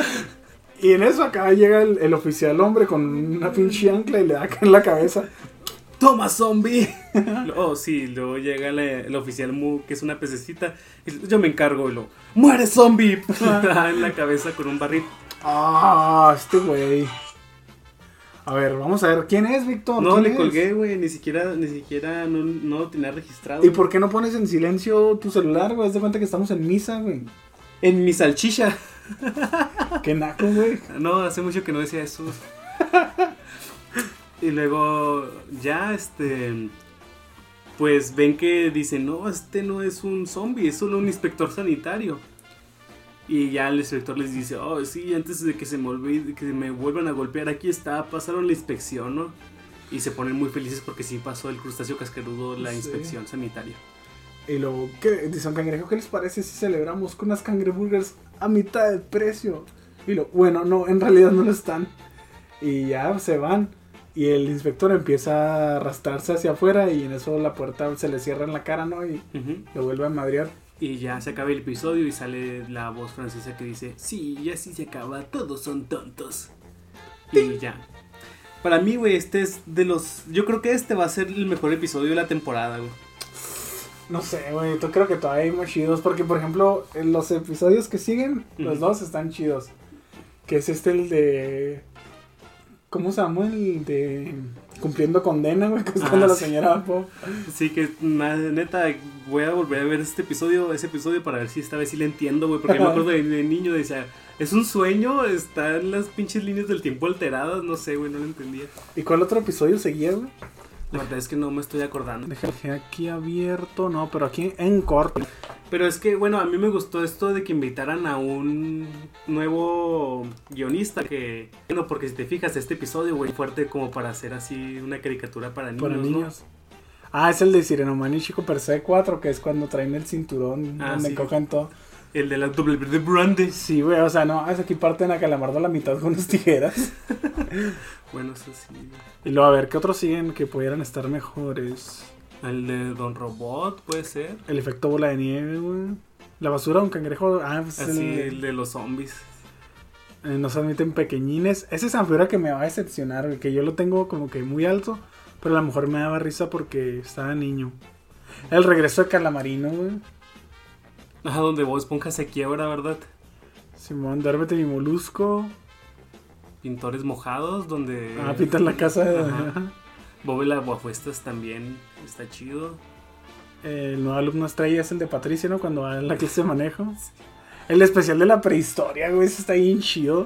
Y en eso acá llega el, el oficial hombre con una pinche ancla y le da acá en la cabeza. ¡Toma, zombie! Oh, sí, luego llega la, el oficial Mu, que es una pececita. Y yo me encargo y lo, ¡muere, zombie! En la cabeza con un barril. ¡Ah, este güey! A ver, vamos a ver, ¿quién es, Víctor? No, le es? colgué, güey, ni siquiera, ni siquiera, no, no lo tenía registrado. ¿Y por qué no pones en silencio tu celular, güey? Haz de cuenta que estamos en misa, güey. En mi salchicha. Qué naco, güey. No, hace mucho que no decía eso. Y luego, ya, este, pues ven que dicen, no, este no es un zombie, es solo un inspector sanitario. Y ya el inspector les dice, oh, sí, antes de que se me, olvide, que me vuelvan a golpear, aquí está, pasaron la inspección, ¿no? Y se ponen muy felices porque sí pasó el crustáceo cascarudo la sí. inspección sanitaria. Y luego, ¿qué? Dice un cangrejo, ¿qué les parece si celebramos con unas cangreburgers a mitad del precio? Y lo, bueno, no, en realidad no lo están. Y ya se van. Y el inspector empieza a arrastrarse hacia afuera y en eso la puerta se le cierra en la cara, ¿no? Y uh-huh. lo vuelve a madrear. Y ya se acaba el episodio y sale la voz francesa que dice, sí, y así se acaba, todos son tontos. Y ya. Para mí, güey, este es de los... Yo creo que este va a ser el mejor episodio de la temporada, güey. No sé, güey, yo creo que todavía hay más chidos. Porque, por ejemplo, en los episodios que siguen, uh-huh. los dos están chidos. Que es este, el de... ¿Cómo se llama? El de... Cumpliendo condena, güey, que es cuando ah, la señora Pop. Sí, que neta, voy a volver a ver este episodio, ese episodio para ver si esta vez sí le entiendo, güey. Porque me acuerdo de, de niño, decía, ¿es un sueño? ¿Están las pinches líneas del tiempo alteradas? No sé, güey, no lo entendía. ¿Y cuál otro episodio seguía, güey? La verdad es que no me estoy acordando. Dejé aquí abierto, no, pero aquí en corto. Pero es que, bueno, a mí me gustó esto de que invitaran a un nuevo guionista que... Bueno, porque si te fijas, este episodio, güey, fuerte como para hacer así una caricatura para niños, para niños. ¿No? Ah, es el de Sirenoman y Chico Per Se cuatro, que es cuando traen el cinturón, ah, donde sí. cogen todo. El de la doble de Brandy. Sí, güey, o sea, no, es aquí parten a Calamardo a la mitad con unas tijeras. Bueno, eso sí. Y luego, a ver, ¿qué otros siguen que pudieran estar mejores? El de Don Robot, puede ser. El efecto bola de nieve, güey. La basura de un cangrejo. Ah, pues así, el, el de los zombies. Eh, nos admiten pequeñines. Ese es una figura que me va a decepcionar, güey. Que yo lo tengo como que muy alto. Pero a lo mejor me daba risa porque estaba niño. El regreso de Calamarino, güey. Ajá, donde Bob Esponja se quiebra, ¿verdad? Simón, duérmete mi molusco. Pintores mojados, donde... Ah, pintan la casa de... Bob y la Aguafuestas también está chido. El nuevo alumno estrella es el de Patricia, ¿no? Cuando va en la clase de manejo. El especial de la prehistoria, güey, ese está bien chido.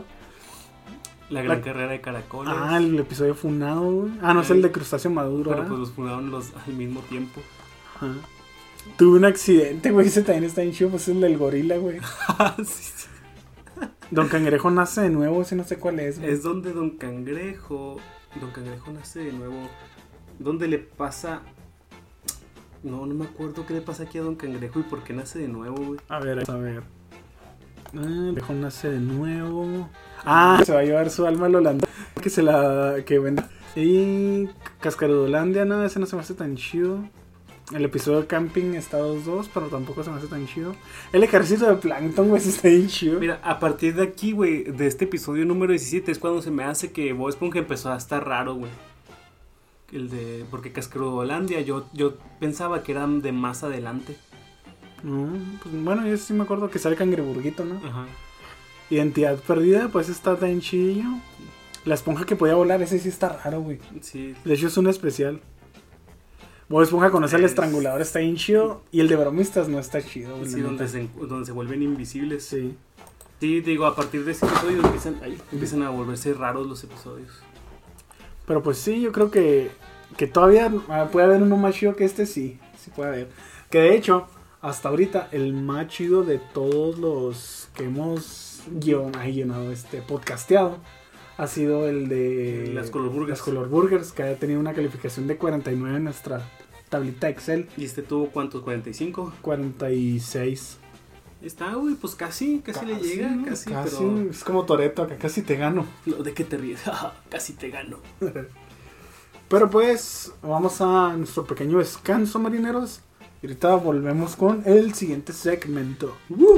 La gran la... carrera de caracoles. Ah, el episodio funado, güey. Ah, no, eh, es el de crustáceo maduro. Pero ¿eh? pues los funaron los, al mismo tiempo. Ajá. Tuve un accidente, güey, ese también está en chido, pues es el del gorila, güey. sí, sí. Don Cangrejo nace de nuevo, ese no sé cuál es, güey. Es donde Don Cangrejo, Don Cangrejo nace de nuevo, donde le pasa... No, no me acuerdo qué le pasa aquí a Don Cangrejo y por qué nace de nuevo, güey. A ver, a ver. Ah, Cangrejo nace de nuevo. Ah, se va a llevar su alma al holandés, que se la... que venda. Y Cascarudolandia, no, ese no se me hace tan chido. El episodio de Camping Estados dos, pero tampoco se me hace tan chido. El ejército de Plankton, güey, está bien chido. Mira, a partir de aquí, güey, de este episodio número diecisiete es cuando se me hace que Bob Esponja empezó a estar raro, güey. El de... Porque Cascarudolandia yo, yo pensaba que eran de más adelante. No, pues bueno, yo sí me acuerdo que sale Cangreburguito, ¿no? Ajá. Identidad perdida, pues está tan chidillo. La esponja que podía volar, ese sí está raro, güey. Sí. De hecho es un especial. Bob Esponja conoce es... al estrangulador, está bien chido. Y el de bromistas no está chido, güey. Sí, donde se, donde se vuelven invisibles. Sí. Sí, digo, a partir de ese episodio empiezan, ay, empiezan a volverse raros los episodios. Pero pues sí, yo creo que, que todavía puede haber uno más chido que este, sí. Sí puede haber. Que de hecho, hasta ahorita, el más chido de todos los que hemos guion, ay, guionado, este, podcasteado, ha sido el de las Color Burgers. Las Color Burgers, que ha tenido una calificación de cuarenta y nueve en nuestra tablita Excel. ¿Y este tuvo cuántos? ¿cuarenta y cinco? cuarenta y seis. Está, güey, pues casi, casi, casi le llega, casi, casi pero... Es como Toretto, acá casi te gano. No, ¿de qué te ríes? Casi te gano. Pero pues, vamos a nuestro pequeño descanso, marineros. Y ahorita volvemos con el siguiente segmento. ¡Woo!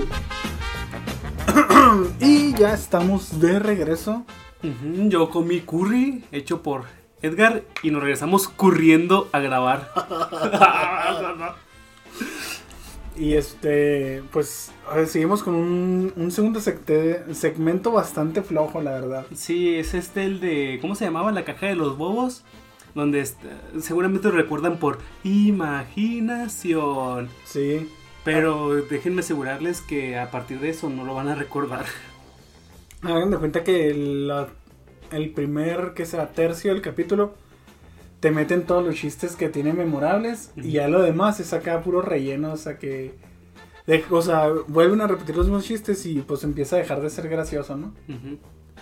Y ya estamos de regreso. Uh-huh, yo comí curry hecho por Edgar y nos regresamos corriendo a grabar. Y este, pues a ver, seguimos con un, un segundo secte, segmento bastante flojo, la verdad. Sí, es este el de, ¿cómo se llamaba? La caja de los bobos. Donde este, seguramente lo recuerdan por imaginación. Sí. Pero déjenme asegurarles que a partir de eso no lo van a recordar. Hagan de cuenta que el, el primer, que sea, tercio del capítulo, te meten todos los chistes que tienen memorables. Uh-huh. Y ya lo demás es acá puro relleno, o sea que... De, o sea, vuelven a repetir los mismos chistes y pues empieza a dejar de ser gracioso, ¿no? Uh-huh.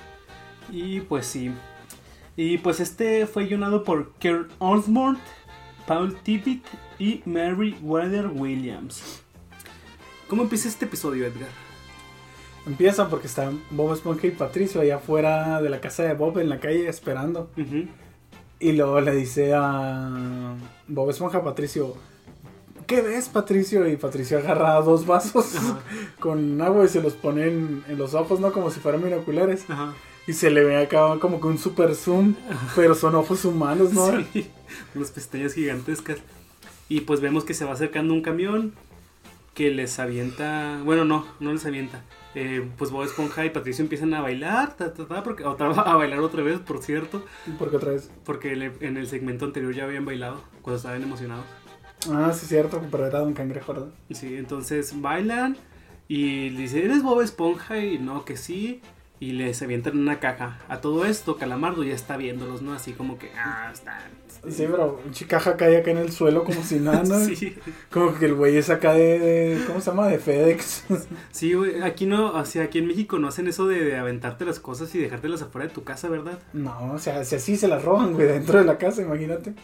Y pues sí. Y pues este fue guionado por Kurt Osborne, Paul Tippett y Mary Weather Williams. ¿Cómo empieza este episodio, Edgar? Empieza porque están Bob Esponja y Patricio allá afuera de la casa de Bob en la calle esperando. Uh-huh. Y luego le dice a Bob Esponja a Patricio, ¿qué ves, Patricio? Y Patricio agarra dos vasos uh-huh. con agua y se los pone en, en los ojos, ¿no? Como si fueran binoculares. Uh-huh. Y se le ve acá como que un super zoom, uh-huh. pero son ojos humanos, ¿no? Sí, unas pestañas gigantescas. Y pues vemos que se va acercando un camión que les avienta... Bueno, no, no les avienta. Eh, pues Bob Esponja y Patricio empiezan a bailar, ta, ta, ta, porque, otra, a bailar otra vez, por cierto. ¿Por qué otra vez? Porque le, en el segmento anterior ya habían bailado, cuando estaban emocionados. Ah, sí es cierto, pero era Don Cangrejo, ¿verdad? Sí, entonces bailan y le dice, ¿eres Bob Esponja? Y no, que sí. Y les avientan una caja. A todo esto, Calamardo ya está viéndolos, ¿no? Así como que, ah, están... Sí, pero caja cae acá en el suelo como si nada, ¿no? Sí. Como que el güey es acá de, de... ¿Cómo se llama? De FedEx. Sí, güey, aquí no, o sea, aquí en México no hacen eso de, de aventarte las cosas y dejártelas afuera de tu casa, ¿verdad? No, o sea, si así se las roban, güey, dentro de la casa, imagínate.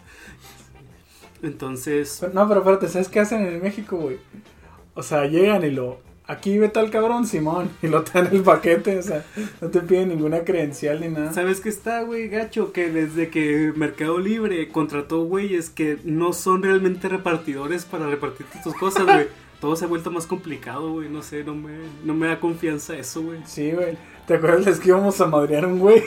Entonces... Pero, no, pero espérate, ¿sabes qué hacen en México, güey? O sea, llegan y lo... Aquí ve tal cabrón, Simón, y lo te dan el paquete, o sea, no te piden ninguna credencial ni nada. ¿Sabes qué está, güey, gacho? Que desde que Mercado Libre contrató güeyes que no son realmente repartidores para repartirte tus cosas, güey, todo se ha vuelto más complicado, güey, no sé, no me, no me da confianza eso, güey. Sí, güey, ¿te acuerdas es que íbamos a madrear a un güey?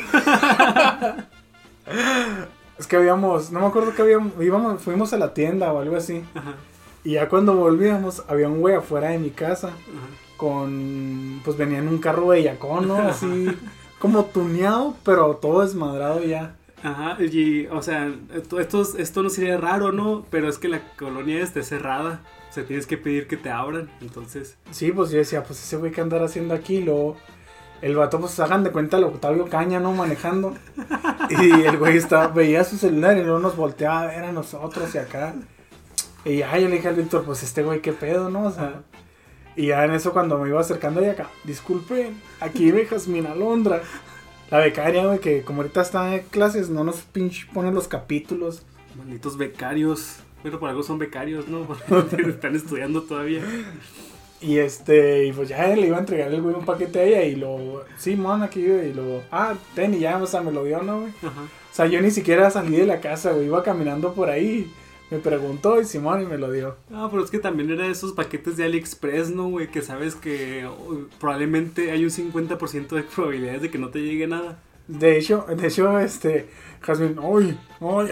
Es que habíamos, no me acuerdo que habíamos, íbamos, fuimos a la tienda o algo así. Ajá. Y ya cuando volvíamos, había un güey afuera de mi casa. Ajá. Con, pues venía en un carro bellacón, ¿no? Así, como tuneado, pero todo desmadrado ya. Ajá, y, o sea, esto, esto, esto no sería raro, ¿no? Pero es que la colonia esté cerrada. O sea, tienes que pedir que te abran, entonces... Sí, pues yo decía, pues ese güey que andar haciendo aquí, luego... El vato, pues hagan de cuenta el Octavio Caña, ¿no? Manejando. Y el güey estaba, veía su celular y luego nos volteaba a ver a nosotros y acá... Y ya yo le dije al Víctor, pues este güey, qué pedo, ¿no? O sea, y ya en eso cuando me iba acercando ahí acá, disculpen, aquí ve Jazmín Alondra, la becaria, güey, que como ahorita está en clases, no nos pinche pone los capítulos. Malditos becarios. Pero por algo son becarios, ¿no? Porque están estudiando todavía. Y este, y pues ya le iba a entregar el güey un paquete a ella y lo, sí, man, aquí, güey, y lo, ah, ten, y ya, o sea, me lo dio, ¿no, güey? Ajá. O sea, yo ni siquiera salí de la casa, güey, iba caminando por ahí, me preguntó y Simón y me lo dio. Ah, pero es que también era de esos paquetes de AliExpress, ¿no, güey? Que sabes que oh, probablemente hay un cincuenta por ciento de probabilidades de que no te llegue nada. De hecho, de hecho, este, Jazmín, uy, uy,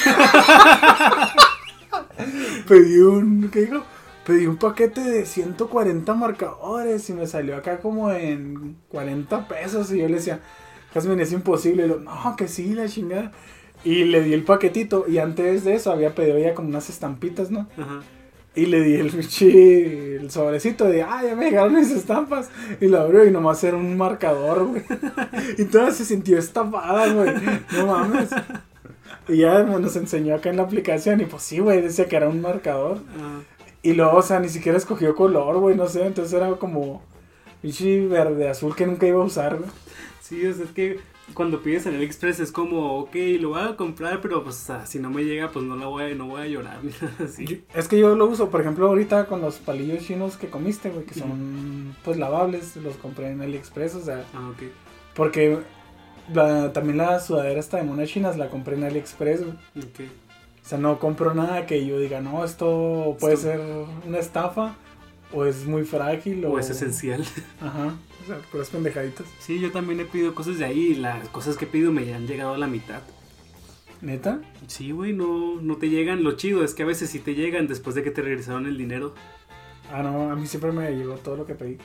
pedí un, ¿qué dijo? Pedí un paquete de ciento cuarenta marcadores y me salió acá como en cuarenta pesos y yo le decía, Jazmín, es imposible. Y lo, no, que sí, la chingada. Y le di el paquetito y antes de eso había pedido ya como unas estampitas, ¿no? Ajá. Y le di el bichi, el sobrecito de, ah, ya me llegaron mis estampas. Y lo abrió y nomás era un marcador, güey. Y toda se sintió estafada, güey. No mames. Y ya nos enseñó acá en la aplicación y pues sí, güey, decía que era un marcador. Ajá. Y luego, o sea, ni siquiera escogió color, güey, no sé. Entonces era como bichi verde azul que nunca iba a usar, güey. Sí, o sea, es que cuando pides en AliExpress es como, ok, lo voy a comprar, pero pues o sea, si no me llega, pues no la voy a, no voy a llorar. Sí. Es que yo lo uso, por ejemplo, ahorita con los palillos chinos que comiste, güey, que son mm. pues lavables, los compré en AliExpress, o sea. Ah, ok. Porque la, también la sudadera esta de monas chinas la compré en AliExpress, güey. Ok. O sea, no compro nada que yo diga, no, esto puede esto... ser una estafa, o es muy frágil, o, o es esencial. Ajá. O sea, puras pendejaditas. Sí, yo también he pedido cosas de ahí y las cosas que he pedido me han llegado a la mitad. ¿Neta? Sí, güey, no, no te llegan. Lo chido es que a veces sí te llegan después de que te regresaron el dinero. Ah, no, a mí siempre me llegó todo lo que pedí.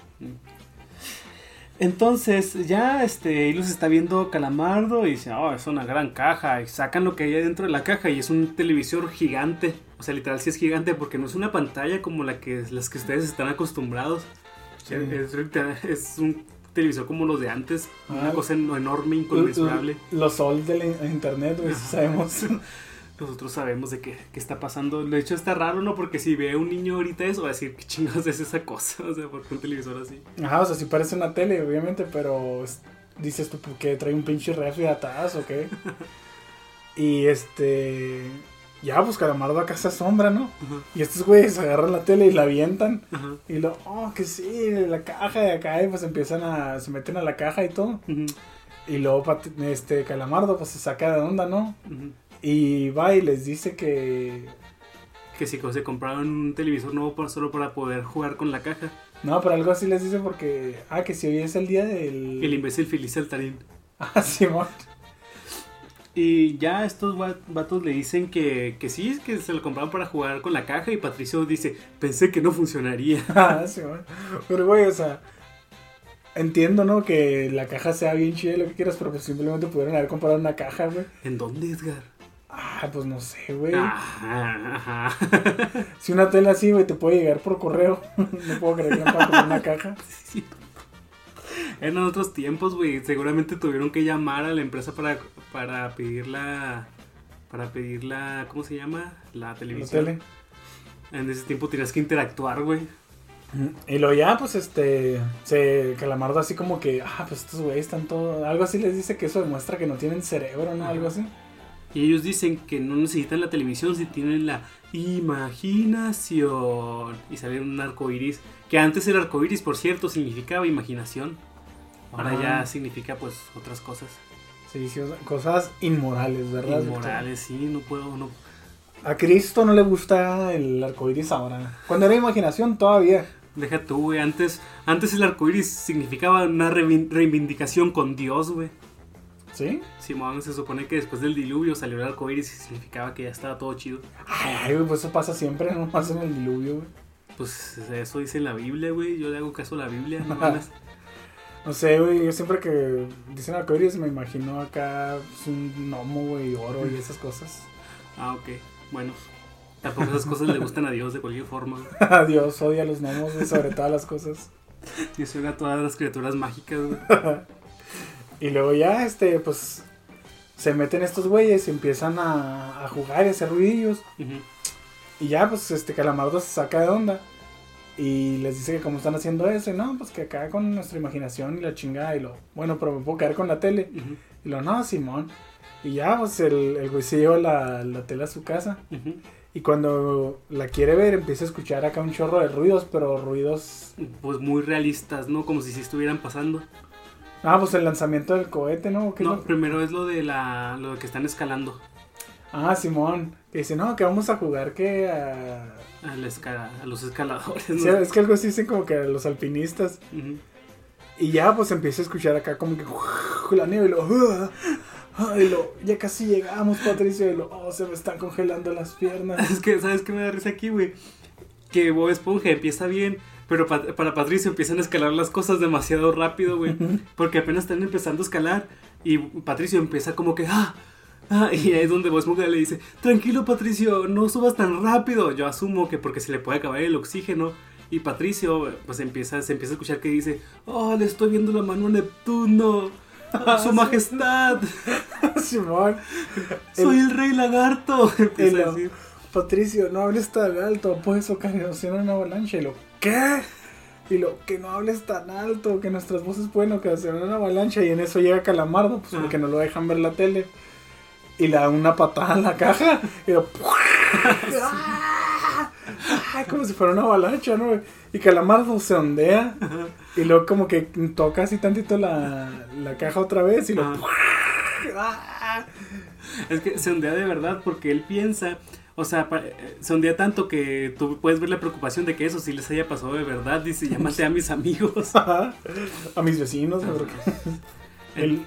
Entonces, ya este Ilus está viendo Calamardo y dice, oh, es una gran caja. Y sacan lo que hay dentro de la caja y es un televisor gigante. O sea, literal sí es gigante porque no es una pantalla como la que, las que ustedes están acostumbrados. Sí. Es, es un televisor como los de antes, ah, una cosa enorme, inconmensurable. Los sol del internet, güey, si sabemos. Nosotros sabemos de qué, qué está pasando. De hecho está raro, ¿no? Porque si ve a un niño ahorita eso, va a decir, ¿qué chingados es esa cosa? O sea, ¿por qué un televisor así? Ajá, o sea, sí parece una tele, obviamente, pero dices tú, ¿por qué trae un pinche refri atrás o qué? Y este... Ya, pues Calamardo acá se asombra, ¿no? Uh-huh. Y estos güeyes agarran la tele y la avientan. Uh-huh. Y lo, oh, que sí, la caja de acá. Y pues empiezan a, se meten a la caja y todo. Uh-huh. Y luego este Calamardo pues se saca de onda, ¿no? Uh-huh. Y va y les dice que... Que si se compraron un televisor nuevo para, solo para poder jugar con la caja. No, pero algo así les dice porque... Ah, que si hoy es el día del... El imbécil Feliz Saltarín. Ah, sí, amor. Y ya estos vatos le dicen que, que sí, que se lo compraron para jugar con la caja. Y Patricio dice, pensé que no funcionaría. Ah, sí, man. Pero güey, o sea, entiendo, ¿no? Que la caja sea bien chida, lo que quieras, pero pues simplemente pudieron haber comprado una caja, güey. ¿En dónde, Edgar? Ah, pues no sé, güey. Ajá, ajá. Si una tela así, güey, te puede llegar por correo. No puedo creer que no pueda comprar una caja. Sí. En otros tiempos, güey, seguramente tuvieron que llamar a la empresa para, para pedir la, para pedir la, ¿cómo se llama? La televisión. La tele. En ese tiempo tenías que interactuar, güey. Y luego ya, pues, este, se Calamardo así como que, ah, pues estos güeyes están todo, algo así les dice que eso demuestra que no tienen cerebro, ¿no? Algo así. Y ellos dicen que no necesitan la televisión si tienen la imaginación. Y sale un arco iris, que antes el arco iris, por cierto, significaba imaginación. Ahora ah. ya significa, pues, otras cosas. Sí, sí, cosas inmorales, ¿verdad? Inmorales, sí, no puedo, no. A Cristo no le gusta el arco iris ahora. Cuando era imaginación, todavía. Deja tú, güey, antes, antes el arco iris significaba una reivindicación con Dios, güey. ¿Sí? Simón, se supone que después del diluvio salió el arco iris y significaba que ya estaba todo chido. Ay, güey, pues eso pasa siempre, no pasa en el diluvio, güey. Pues eso dice en la Biblia, güey, yo le hago caso a la Biblia, no mames. No sé, güey, yo siempre que dicen arco iris me imagino acá pues, un gnomo, güey, oro y esas cosas. Ah, ok, bueno. Tampoco esas cosas le gustan a Dios de cualquier forma. A Dios odia a los gnomos, güey, sobre todas las cosas. Dios odia a todas las criaturas mágicas, güey. Y luego ya, este, pues, se meten estos güeyes y empiezan a, a jugar y a hacer ruidillos. Uh-huh. Y ya, pues, este Calamardo se saca de onda. Y les dice que cómo están haciendo eso. Y no, pues que acá con nuestra imaginación y la chingada. Y lo, bueno, pero me puedo quedar con la tele. Uh-huh. Y lo, no, Simón. Y ya, pues el, el güey se lleva la, la tele a su casa. Uh-huh. Y cuando la quiere ver, empieza a escuchar acá un chorro de ruidos, pero ruidos... Pues muy realistas, ¿no? Como si sí estuvieran pasando. Ah, pues el lanzamiento del cohete, ¿no? ¿Qué no, lo... primero es lo de la lo que están escalando. Ah, Simón. Que dice, no, que vamos a jugar que a... A, la escala, a los escaladores, ¿no? Sí, es que algo así dicen como que a los alpinistas. Uh-huh. Y ya, pues empieza a escuchar acá como que... La nieve y lo... Y lo, ya casi llegamos, Patricio. Y lo, oh, se me están congelando las piernas. Es que, ¿sabes qué me da risa aquí, güey? Que Bob Esponja empieza bien, pero pa- para Patricio empiezan a escalar las cosas demasiado rápido, güey. Porque apenas están empezando a escalar. Y Patricio empieza como que, ah, ah. Y ahí es donde Bob Esponja le dice, tranquilo, Patricio, no subas tan rápido. Yo asumo que porque se le puede acabar el oxígeno. Y Patricio, pues empieza, se empieza a escuchar que dice, oh, le estoy viendo la mano a Neptuno. Su majestad. Simón. Soy el, el rey lagarto. Empieza el, a decir. Patricio, no hables tan alto, puedes ocasionar una avalancha. Y lo, ¿qué? Y lo, que no hables tan alto, que nuestras voces pueden ocasionar una avalancha. Y en eso llega Calamardo, pues porque no lo dejan ver la tele. Y le da una patada en la caja. Y lo, ¡ay! Como si fuera una avalancha, ¿no? Y Calamardo se ondea. Ajá. Y luego como que toca así tantito la, la caja otra vez. Y lo... ¡ah! Es que se ondea de verdad porque él piensa... O sea, se ondea tanto que tú puedes ver la preocupación de que eso sí les haya pasado de verdad. Dice, llámate a mis amigos. A mis vecinos. Porque... el,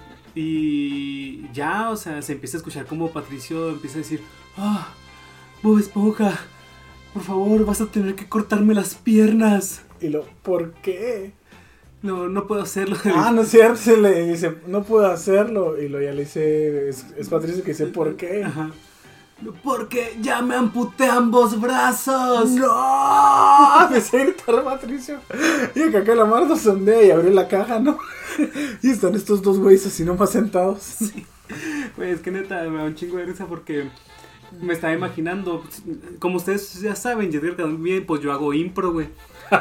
y ya, o sea, se empieza a escuchar como Patricio empieza a decir... ¡Ah! Oh, Bob Esponja... Por favor, vas a tener que cortarme las piernas. Y lo, ¿por qué? No, no puedo hacerlo. Ah, no es cierto, se le dice, no puedo hacerlo. Y lo ya le dice, es, es Patricio que dice, ¿por qué? Ajá. Porque ya me amputé ambos brazos. ¡No! Me sé gritar Patricio. Y acá Calamardo se ondea y abrió la caja, ¿no? Y están estos dos güeyes así nomás sentados. Sí. Güey, es que neta, me da un chingo de risa porque... Me estaba imaginando, como ustedes ya saben, y Edgar también, pues yo hago impro, güey.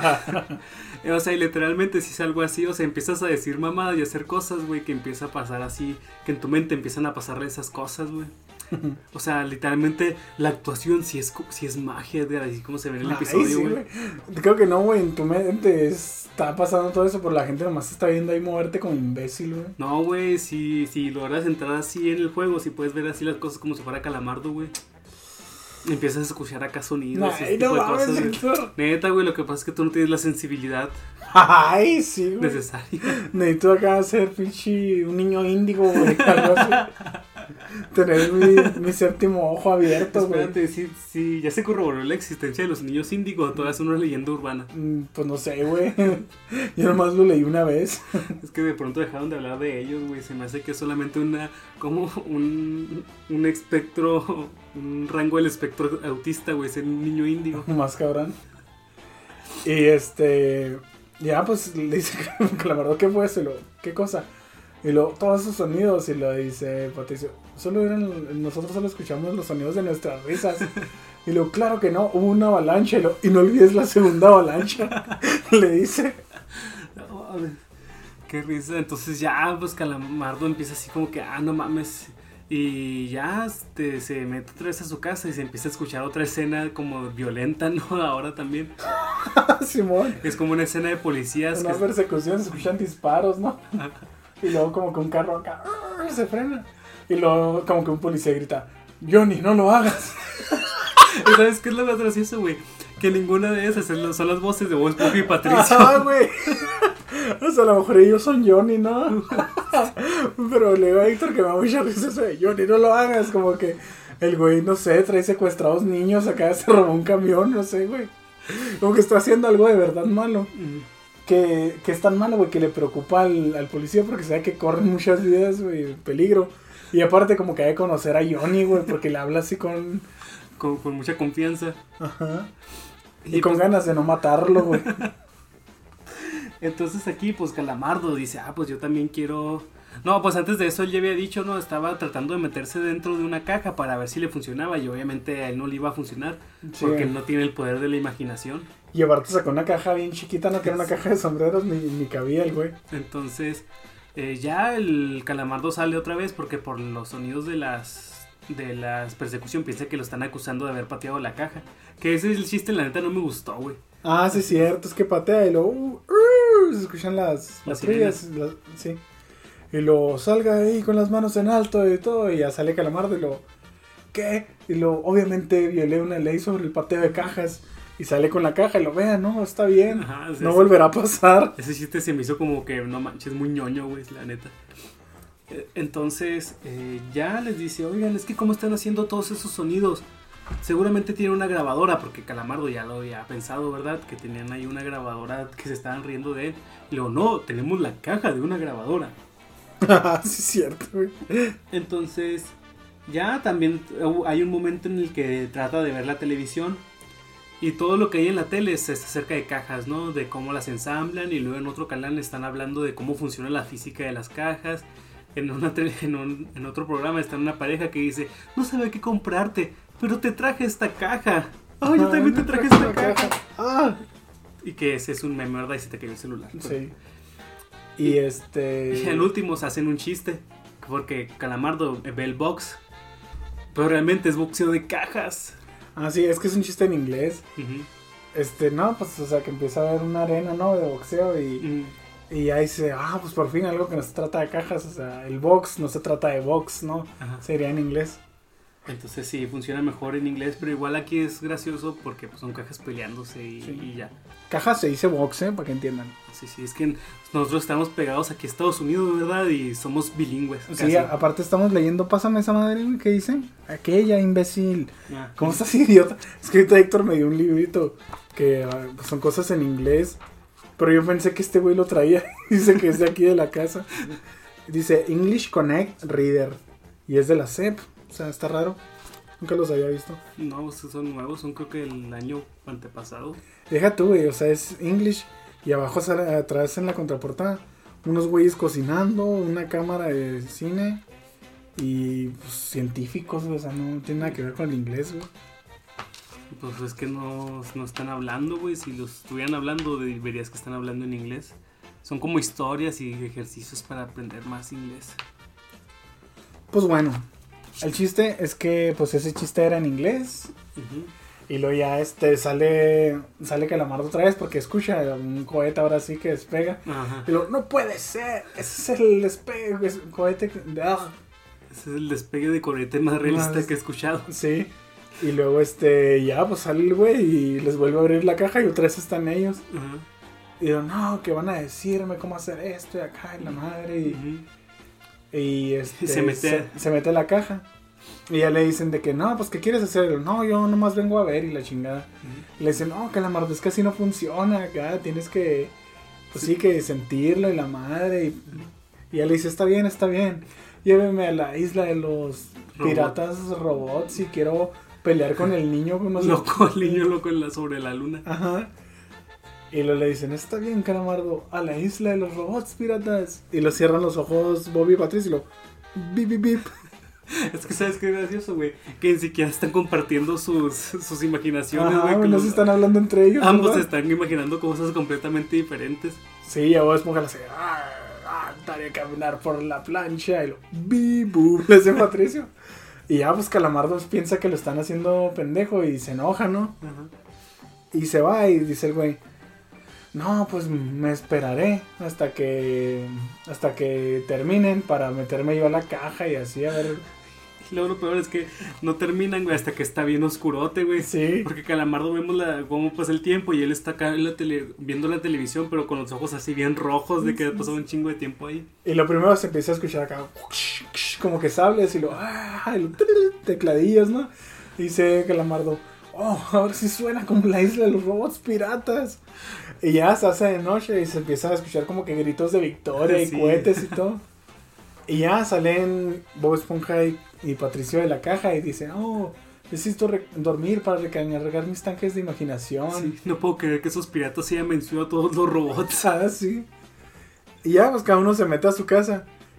O sea, y literalmente si es algo así, o sea, empiezas a decir mamadas y hacer cosas, güey, que empieza a pasar así, que en tu mente empiezan a pasarle esas cosas, güey. O sea, literalmente la actuación sí es, sí es magia, Edgar, así como se ve en el episodio, güey. Sí, creo que no, güey, en tu mente está pasando todo eso, pero la gente nomás está viendo ahí moverte como imbécil, güey. No, güey, si, si logras entrar así en el juego, si puedes ver así las cosas como si fuera Calamardo, güey. Empiezas a escuchar acá sonidos. Ay, no mames, neta, güey, lo que pasa es que tú no tienes la sensibilidad. Ay, sí, güey. Necesaria. Necesito acá ser pinche un niño índigo, güey, algo así. Tener mi, mi séptimo ojo abierto, güey. Espérate, si, si ya se corroboró la existencia de los niños índigo, todavía es una leyenda urbana. Mm, pues no sé, güey. Yo nomás lo leí una vez. Es que de pronto dejaron de hablar de ellos, güey. Se me hace que es solamente una, como un, un espectro, un rango del espectro autista, güey, ser un niño índigo. Más cabrón. Y este, ya pues le dice que la verdad, ¿qué fue eso? Y lo, ¿qué cosa? Y luego todos esos sonidos, y lo dice Patricio, solo eran, nosotros solo escuchamos los sonidos de nuestras risas. Y luego, claro que no, hubo una avalancha, y, lo, y no olvides la segunda avalancha. Le dice. No, a ver, qué risa. Entonces ya, pues Calamardo empieza así como que, ah, no mames. Y ya este, se mete otra vez a su casa y se empieza a escuchar otra escena como violenta, ¿no? Ahora también. Simón. Es como una escena de policías. Una que persecución, se escuchan disparos, ¿no? Y luego como que un carro acá se frena. Y luego como que un policía grita, Johnny, no lo hagas. ¿Y sabes qué es lo más gracioso, güey? Que ninguna de esas son las voces de Bob Esponja y Patricio. Ah, güey. O sea, a lo mejor ellos son Johnny, ¿no? Pero le digo a Héctor que me da mucha risa eso de Johnny, no lo hagas. Como que el güey, no sé, trae secuestrados niños, acá se robó un camión, no sé, güey. Como que está haciendo algo de verdad malo. Mm. Que, que es tan malo, güey, que le preocupa al, al policía porque sabe que corren muchas vidas, güey, peligro. Y aparte como que hay que conocer a Johnny, güey, porque le habla así con... Con, con mucha confianza. Ajá. Y, y con pues... ganas de no matarlo, güey. Entonces aquí, pues Calamardo dice, ah, pues yo también quiero... No, pues antes de eso él ya había dicho, no, estaba tratando de meterse dentro de una caja para ver si le funcionaba y obviamente a él no le iba a funcionar sí. porque él no tiene el poder de la imaginación. Y aparte sacó una caja bien chiquita, no que era una caja de sombreros, ni, ni cabía el güey. Entonces, eh, ya el calamardo sale otra vez porque por los sonidos de las de las persecución piensa que lo están acusando de haber pateado la caja. Que ese es el chiste, la neta no me gustó, güey. Ah, sí es cierto, es que patea y luego uh, uh, se escuchan las las trillas, sí. Y lo salga ahí con las manos en alto y todo, y ya sale Calamardo y lo ¿qué? Y lo obviamente violé una ley sobre el pateo de cajas. Y sale con la caja y lo vea, no, está bien. Ajá, o sea, no ese, volverá a pasar. Ese chiste se me hizo como que, no manches, muy ñoño, güey, la neta. Entonces, eh, ya les dice, oigan, es que cómo están haciendo todos esos sonidos. Seguramente tiene una grabadora, porque Calamardo ya lo había pensado, ¿verdad? Que tenían ahí una grabadora que se estaban riendo de él. Y luego, no, tenemos la caja de una grabadora. Sí, es cierto, güey. Entonces, ya también hay un momento en el que trata de ver la televisión. Y todo lo que hay en la tele es acerca de cajas, ¿no? De cómo las ensamblan y luego en otro canal están hablando de cómo funciona la física de las cajas. En, una tele, en, un, en otro programa está una pareja que dice, no sabía qué comprarte, pero te traje esta caja. ¡Ay, oh, yo también te traje esta caja! caja. ¡Ah! Y que ese es un meme, ¿verdad? Y se te cayó el celular. Sí. Y, y este... Y al último se hacen un chiste, porque Calamardo ve el box, pero realmente es boxeo de cajas. Ah, sí, es que es un chiste en inglés. Uh-huh. Este, no, pues, o sea, que empieza a haber una arena, ¿no? De boxeo y, uh-huh. y ahí dice, ah, pues por fin algo que no se trata de cajas, o sea, el box no se trata de box, ¿no? Uh-huh. Sería en inglés. Entonces sí, funciona mejor en inglés, pero igual aquí es gracioso porque pues, son cajas peleándose y, sí. y ya. Cajas se dice box, ¿eh? Para que entiendan. Sí, sí, es que nosotros estamos pegados aquí a Estados Unidos, ¿verdad? Y somos bilingües. Sí, casi. Aparte estamos leyendo, pásame esa madre, ¿qué dicen? Aquella, imbécil. Ah, ¿Cómo sí. estás, idiota? Es que ahorita Héctor me dio un librito que pues, son cosas en inglés, pero yo pensé que este güey lo traía. Dice que es de aquí de la casa. Dice English Connect Reader y es de la C E P. O sea, está raro. Nunca los había visto. No, son nuevos, son creo que el año antepasado. Deja tú, güey, o sea, es English y abajo sale atrás en la contraportada unos güeyes cocinando, una cámara de cine y pues, científicos, güey, o sea, no tiene nada que ver con el inglés, güey. Pues es que no, no están hablando, güey, si los estuvieran hablando verías que están hablando en inglés. Son como historias y ejercicios para aprender más inglés. Pues bueno, el chiste es que pues ese chiste era en inglés. Uh-huh. Y luego ya este sale sale Calamardo otra vez porque escucha un cohete ahora sí que despega. Uh-huh. Y luego, no puede ser, ese es el despegue, es un cohete que, ah. Ese es el despegue de cohete más realista más, que he escuchado. Sí. Y luego este ya pues sale el güey y les vuelve a abrir la caja y otra vez están ellos. Uh-huh. Y digo, no, que van a decirme cómo hacer esto y acá y la madre y... Uh-huh. Y este, se mete se, se mete a la caja. Y ya le dicen de que no, pues ¿qué quieres hacer? No, yo nomás vengo a ver y la chingada. Uh-huh. Y le dicen, no, Calamardo, es que así no funciona acá, tienes que, pues sí, sí que sentirlo y la madre. Y, uh-huh. y ya le dice, está bien, está bien. Lléveme a la isla de los Robot. piratas robots y quiero pelear con el niño. Con los... Loco, el niño loco en la, sobre la luna. Ajá. Y luego le dicen, está bien, Calamardo, a la isla de los robots piratas. Y lo cierran los ojos Bobby y Patricio y lo... Bip, bip, bip. Es que sabes qué gracioso, güey. Que ni siquiera están compartiendo sus, sus imaginaciones, güey. No los... se están hablando entre ellos. Ambos ¿verdad? Están imaginando cosas completamente diferentes. Sí, a vos Esponja le hace... Ah, ah, daré a caminar por la plancha. Y lo... Bip, bip, le dice Patricio. Y ya, pues Calamardo piensa que lo están haciendo pendejo y se enoja, ¿no? Ajá. Y se va y dice el güey... No, pues me esperaré hasta que hasta que terminen para meterme yo a la caja y así a ver. Y luego lo peor es que no terminan, güey, hasta que está bien oscurote, güey. Sí. Porque Calamardo vemos la, cómo pasa el tiempo y él está acá en la tele, viendo la televisión, pero con los ojos así bien rojos de que ha pasado un chingo de tiempo ahí. Y lo primero se empieza a escuchar acá, como que sables y lo, ah, y lo tecladillos, ¿no? Y dice Calamardo, oh, ahora sí suena como la isla de los robots piratas. Y ya se hace de noche y se empieza a escuchar como que gritos de victoria y sí. cohetes y todo. Y ya salen Bob Esponja y, y Patricio de la caja y dicen, oh, necesito re- dormir para recargar mis tanques de imaginación. Sí, no puedo creer que esos piratas se hayan vencido a todos los robots. Ah, sí. Y ya, pues cada uno se mete a su casa.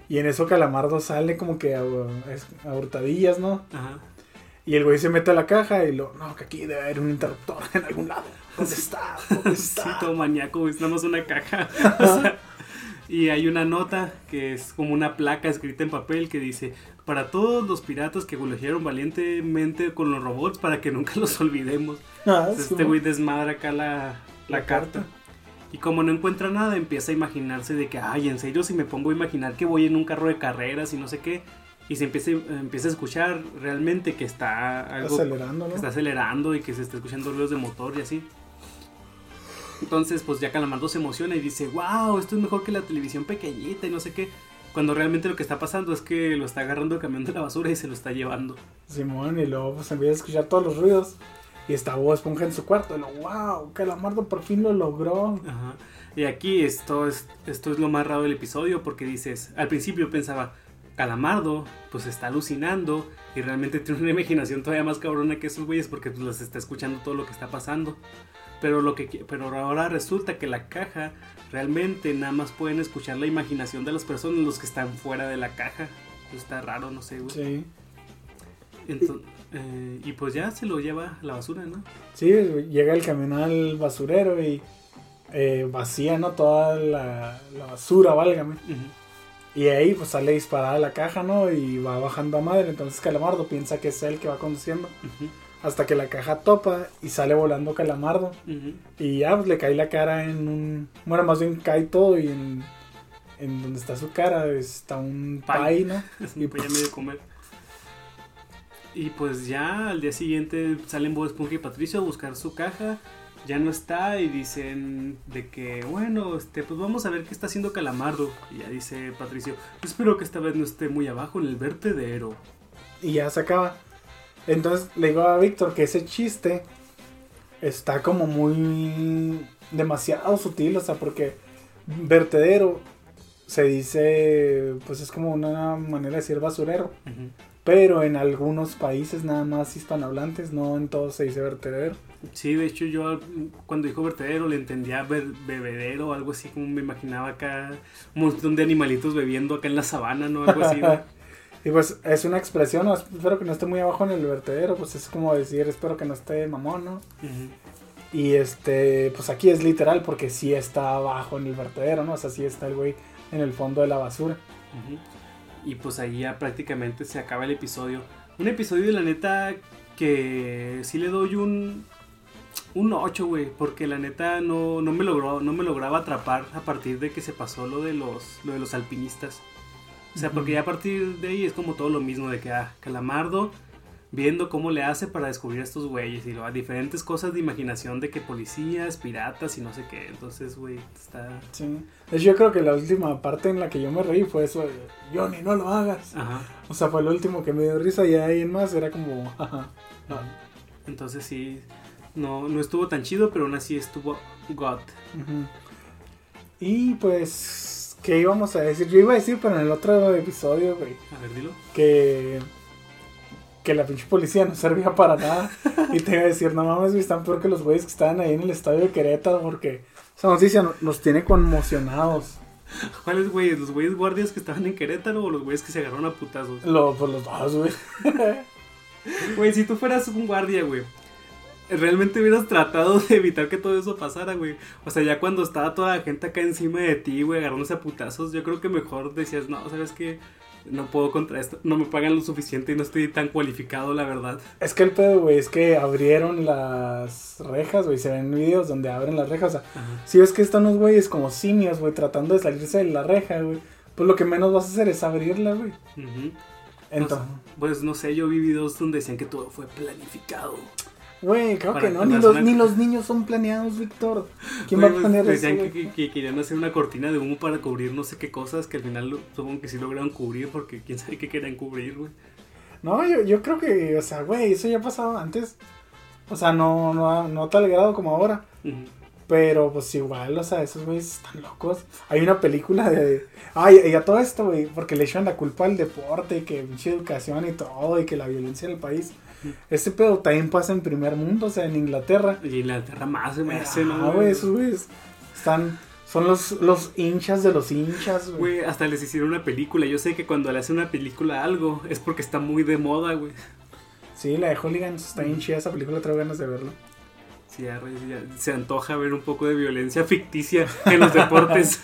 Y en eso Calamardo sale como que a, a, a hurtadillas, ¿no? Ajá. Y el güey se mete a la caja y lo... No, que aquí debe haber un interruptor en algún lado. ¿Dónde está? ¿Dónde está? Sí, todo maníaco, güey. Estamos en una caja. O sea, y hay una nota que es como una placa escrita en papel que dice... Para todos los piratas que gulearon valientemente con los robots para que nunca los olvidemos. Ah, Entonces, sí, este güey desmadra acá la, la, la carta. carta. Y como no encuentra nada, empieza a imaginarse de que... Ay, en serio, si me pongo a imaginar que voy en un carro de carreras y no sé qué... Y se empieza, empieza a escuchar realmente que está algo... Acelerando, ¿no? Que está acelerando y que se está escuchando ruidos de motor y así. Entonces, pues ya Calamardo se emociona y dice, wow, esto es mejor que la televisión pequeñita y no sé qué. Cuando realmente lo que está pasando es que lo está agarrando el camión de la basura y se lo está llevando. Simón, y luego pues empieza a escuchar todos los ruidos. Y está Bob Esponja en su cuarto. Y lo, wow, Calamardo por fin lo logró. Ajá. Y aquí esto es, esto es lo más raro del episodio porque dices, al principio pensaba... Calamardo, pues está alucinando y realmente tiene una imaginación todavía más cabrona que esos güeyes porque pues los está escuchando todo lo que está pasando. Pero lo que pero ahora resulta que la caja realmente nada más pueden escuchar la imaginación de las personas los que están fuera de la caja. Está raro, no sé, güey. Sí. Entonces, eh, y pues ya se lo lleva a la basura, ¿no? Sí, llega el camión al basurero y eh, vacía, ¿no? Toda la, la basura, válgame. Uh-huh. Y ahí pues sale disparada la caja, ¿no? Y va bajando a madre. Entonces Calamardo piensa que es él que va conduciendo. Uh-huh. Hasta que la caja topa y sale volando Calamardo. Uh-huh. Y ya pues le cae la cara en un... Bueno, más bien cae todo y en, en donde está su cara está un pay, ¿no? Y pues ya medio comer. Y pues ya al día siguiente salen Bob Esponja y Patricio a buscar su caja. Ya no está y dicen de que, bueno, este, pues vamos a ver qué está haciendo Calamardo. Y ya dice Patricio, espero que esta vez no esté muy abajo en el vertedero. Y ya se acaba. Entonces le digo a Víctor que ese chiste está como muy demasiado sutil, o sea, porque vertedero se dice, pues es como una manera de decir basurero. Uh-huh. Pero en algunos países nada más hispanohablantes, no en todos se dice vertedero. Sí, de hecho yo cuando dijo vertedero le entendía be- bebedero o algo así, como me imaginaba acá un montón de animalitos bebiendo acá en la sabana, ¿no? Algo así, ¿no? Y pues es una expresión, ¿no? Espero que no esté muy abajo en el vertedero, pues es como decir, espero que no esté mamón, ¿no? Uh-huh. Y este, pues aquí es literal porque sí está abajo en el vertedero, ¿no? O sea, sí está el güey en el fondo de la basura. Uh-huh. Y pues ahí ya prácticamente se acaba el episodio. Un episodio de la neta que sí le doy un... Un ocho, güey, porque la neta no, no, me logró, no me lograba atrapar a partir de que se pasó lo de los, lo de los alpinistas. O sea, uh-huh. Porque ya a partir de ahí es como todo lo mismo, de que ah, Calamardo viendo cómo le hace para descubrir a estos güeyes y lo, a diferentes cosas de imaginación de que policías, piratas y no sé qué. Entonces, güey, está... Sí. De hecho, yo creo que la última parte en la que yo me reí fue eso de Johnny, no lo hagas. Ajá. O sea, fue lo último que me dio risa y ahí en más era como... Ajá. No. Entonces sí... No, no estuvo tan chido, pero aún así estuvo God. Uh-huh. Y pues, ¿qué íbamos a decir? Yo iba a decir, pero en el otro episodio, güey. A ver, dilo. Que, que la pinche policía no servía para nada. Y te iba a decir, no mames, güey, están peor que los güeyes que estaban ahí en el estadio de Querétaro, porque esa noticia nos tiene conmocionados. ¿Cuáles güeyes? ¿Los güeyes guardias que estaban en Querétaro o los güeyes que se agarraron a putazos? Lo, pues los dos, güey. Güey, si tú fueras un guardia, güey, realmente hubieras tratado de evitar que todo eso pasara, güey. O sea, ya cuando estaba toda la gente acá encima de ti, güey, agarrándose a putazos, yo creo que mejor decías, no, ¿sabes qué? No puedo contra esto, no me pagan lo suficiente y no estoy tan cualificado, la verdad. Es que el pedo, güey, es que abrieron las rejas, güey, se ven videos donde abren las rejas, o sea, ajá. Si ves que están unos güeyes como simios, güey, tratando de salirse de la reja, güey, pues lo que menos vas a hacer es abrirla, güey. Uh-huh. Entonces, no, pues no sé, yo vi videos donde decían que todo fue planificado. Güey, creo que no, ni los, ni los niños son planeados, Víctor. ¿Quién wey, va a planear pues, decían eso? Decían que, que, que querían hacer una cortina de humo para cubrir no sé qué cosas, que al final supongo que sí lograron cubrir, porque quién sabe qué querían cubrir, güey. No, yo, yo creo que, o sea, güey, eso ya ha pasado antes. O sea, no, no, no tal grado como ahora. Uh-huh. Pero pues igual, o sea, esos güeyes están locos. Hay una película de... Ay, y a todo esto, güey, porque le echan la culpa al deporte, y que mucha educación y todo, y que la violencia en el país... Ese pedo también pasa en primer mundo, o sea, en Inglaterra. Y en Inglaterra más se me hace, ¿no? Ah, güey, esos güeyes están Son los, los hinchas de los hinchas, güey. Güey, hasta les hicieron una película. Yo sé que cuando le hacen una película a algo es porque está muy de moda, güey. Sí, la de Hooligans está bien chida esa película, traigo ganas de verla. Sí, ya, ya, se antoja ver un poco de violencia ficticia en los deportes.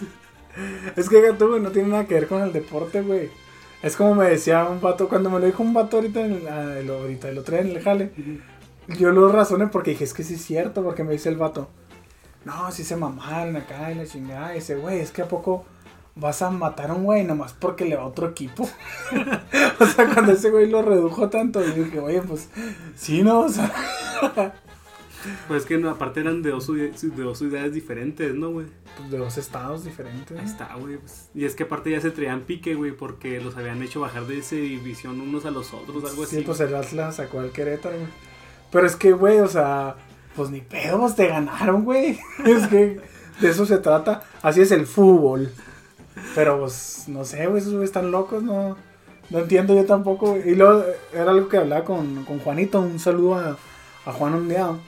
Es que tú, güey, no tiene nada que ver con el deporte, güey. Es como me decía un vato, cuando me lo dijo un vato ahorita, en el, el, ahorita, el otro día en el jale, uh-huh. Yo lo razoné porque dije, es que sí es cierto, porque me dice el vato, no, sí se mamaron acá y la chingada. Y dice, güey, es que a poco vas a matar a un güey nomás porque le va a otro equipo. O sea, cuando ese güey lo redujo tanto, yo dije, oye, pues, sí, no, o sea. Pues es que no, aparte eran de dos, de dos ciudades diferentes, ¿no, güey? Pues de dos estados diferentes. Ahí está, güey. Pues. Y es que aparte ya se traían pique, güey, porque los habían hecho bajar de esa división unos a los otros, algo sí, así. Sí, pues el Atlas sacó al Querétaro, güey. Pero es que, güey, o sea, pues ni pedo, pues te ganaron, güey. Es que de eso se trata. Así es el fútbol. Pero, pues, no sé, güey, esos güeyes están locos, no, no entiendo yo tampoco, güey. Y luego era algo que hablaba con, con Juanito, un saludo a, a Juan Ondeado.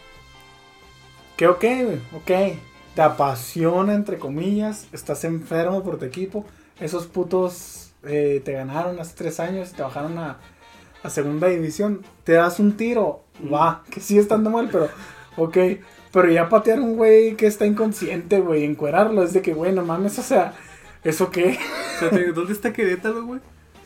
Que ok, güey, ok, te apasiona, entre comillas, estás enfermo por tu equipo, esos putos eh, te ganaron hace tres años y te bajaron a, a segunda división, te das un tiro, mm. va, que sigue estando mal, pero ok, pero ya patear a un güey que está inconsciente, güey, encuerarlo, es de que, güey, no mames, o sea, ¿eso qué? O sea, ¿dónde está Querétaro, güey?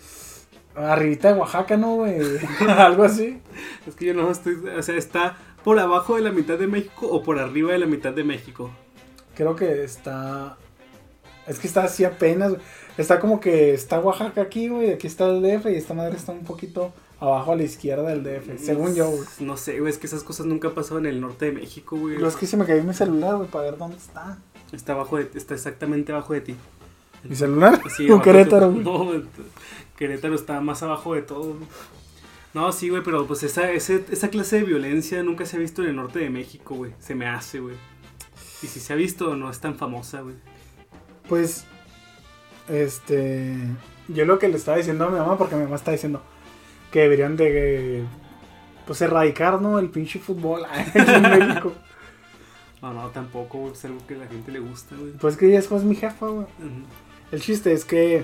Arribita de Oaxaca, ¿no, güey? Algo así. Es que yo no estoy, o sea, está por abajo de la mitad de México o por arriba de la mitad de México. Creo que está, es que está así apenas, güey. Está como que está Oaxaca aquí, güey, aquí está el D F y esta madre está un poquito abajo a la izquierda del D F, según yo, güey. No sé, güey, es que esas cosas nunca pasaban en el norte de México, güey. Pero es que se me cayó mi celular, güey, para ver dónde está. Está abajo de, está exactamente abajo de ti. ¿Mi celular? Sí, ¿O Querétaro, güey? No, Querétaro está más abajo de todo. No, sí, güey, pero pues esa, ese, esa clase de violencia nunca se ha visto en el norte de México, güey. Se me hace, güey. Y si se ha visto, no es tan famosa, güey. Pues, este... Yo lo que le estaba diciendo a mi mamá, porque mi mamá está diciendo que deberían de, pues, erradicar, ¿no? El pinche fútbol aquí en México. No, no, tampoco, güey. Es algo que a la gente le gusta, güey. Pues que ella es, pues, mi jefa, güey. Uh-huh. El chiste es que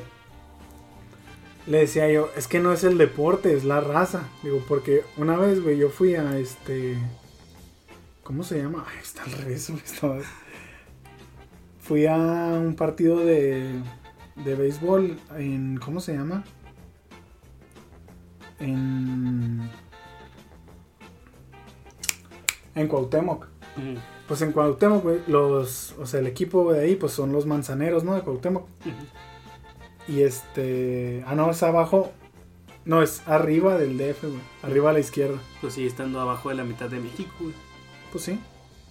le decía yo, es que no es el deporte, es la raza. Digo, porque una vez, güey, yo fui a este... ¿Cómo se llama? Ay, está al revés, güey. Está... Fui a un partido de, de béisbol en... ¿Cómo se llama? En... En Cuauhtémoc. Uh-huh. Pues en Cuauhtémoc, güey, los... O sea, el equipo de ahí, pues son los manzaneros, ¿no? De Cuauhtémoc. Uh-huh. Y este... Ah, no, es abajo... No, es arriba del D F, güey. Arriba a la izquierda. Pues sí, estando abajo de la mitad de México, güey. Pues sí.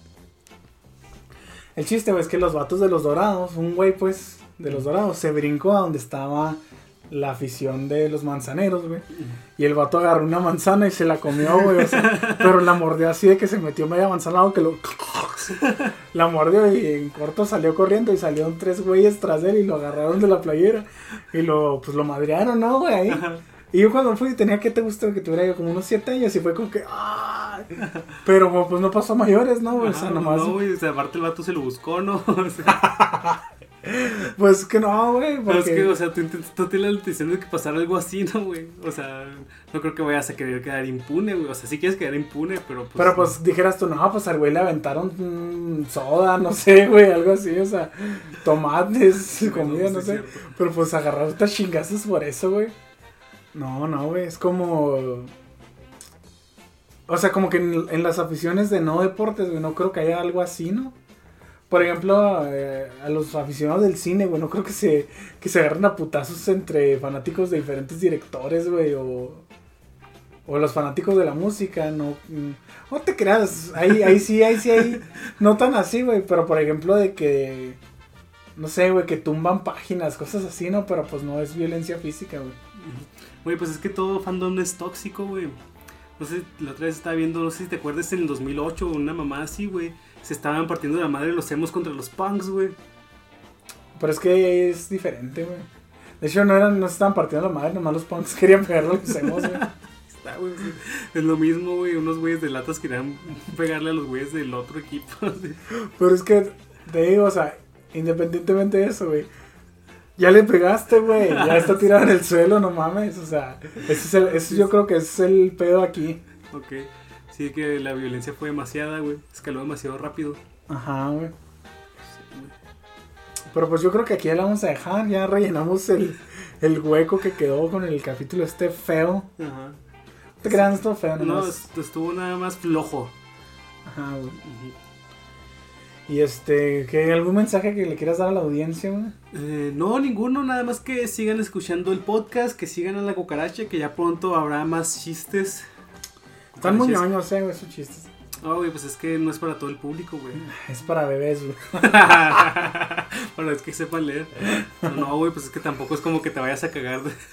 El chiste, güey, es que los vatos de los Dorados, un güey, pues, de los Dorados, se brincó a donde estaba la afición de los manzaneros, güey. Y el vato agarró una manzana y se la comió, güey. O sea, pero la mordió así de que se metió media manzana, algo que lo... La mordió y en corto salió corriendo y salieron tres güeyes tras él y lo agarraron de la playera. Y lo, pues, lo madrearon, ¿no, güey? Ahí. Y yo cuando fui tenía que te gustó que tuviera yo como unos siete años y fue como que ¡ay! Pero pues no pasó a mayores, ¿no? Ajá, o sea, nomás... No, güey, o sea, aparte el vato se lo buscó, ¿no? O sea... Pues que no, güey, porque... Pero es que, o sea, tú, tú tienes la intención de que pasara algo así, ¿no, güey? O sea, no creo que vayas a querer quedar impune, güey. O sea, sí quieres quedar impune, pero pues... Pero pues dijeras tú, no, pues al güey le aventaron mmm, soda, no sé, güey, algo así, o sea, tomates, comida, no, no sé. Cierto. Pero pues agarrar estas chingazos por eso, güey. No, no, güey, es como... O sea, como que en, en las aficiones de no deportes, güey, no creo que haya algo así, ¿no? Por ejemplo, eh, a los aficionados del cine, güey, no creo que se, que se agarren a putazos entre fanáticos de diferentes directores, güey, o... O los fanáticos de la música, no... No te creas, ahí, ahí sí, ahí sí, ahí... No tan así, güey, pero por ejemplo de que... No sé, güey, que tumban páginas, cosas así, ¿no? Pero pues no es violencia física, güey. Güey, pues es que todo fandom es tóxico, güey. No sé, la otra vez estaba viendo, no sé si te acuerdas, en el dos mil ocho, una mamá así, güey. Se estaban partiendo la madre los emos contra los punks, güey. Pero es que es diferente, güey. De hecho, no eran, no se estaban partiendo la madre, nomás los punks querían pegarle a los emos, güey. Está, güey. Es lo mismo, güey. Unos güeyes de latas querían pegarle a los güeyes del otro equipo. Pero es que, te digo, o sea, independientemente de eso, güey. Ya le pegaste, güey. Ya está tirado en el suelo, no mames. O sea, ese es el, ese yo creo que ese es el pedo aquí. Ok. Sí, que la violencia fue demasiada, güey. Escaló demasiado rápido. Ajá, güey. Sí, güey. Pero pues yo creo que aquí ya la vamos a dejar. Ya rellenamos el, el hueco que quedó con el capítulo este feo. Ajá. ¿No te creas esto feo? No, no estuvo nada más flojo. Ajá, güey. Uh-huh. Y este, ¿qué, ¿algún mensaje que le quieras dar a la audiencia, güey? Eh, no, ninguno, nada más que sigan escuchando el podcast, que sigan a La Cucaracha, que ya pronto habrá más chistes. Están muy ñoños, eh, güey, esos chistes. No, güey, pues es que no es para todo el público, güey. Es para bebés, güey. Para es que sepan leer. No, güey, pues es que tampoco es como que te vayas a cagar de...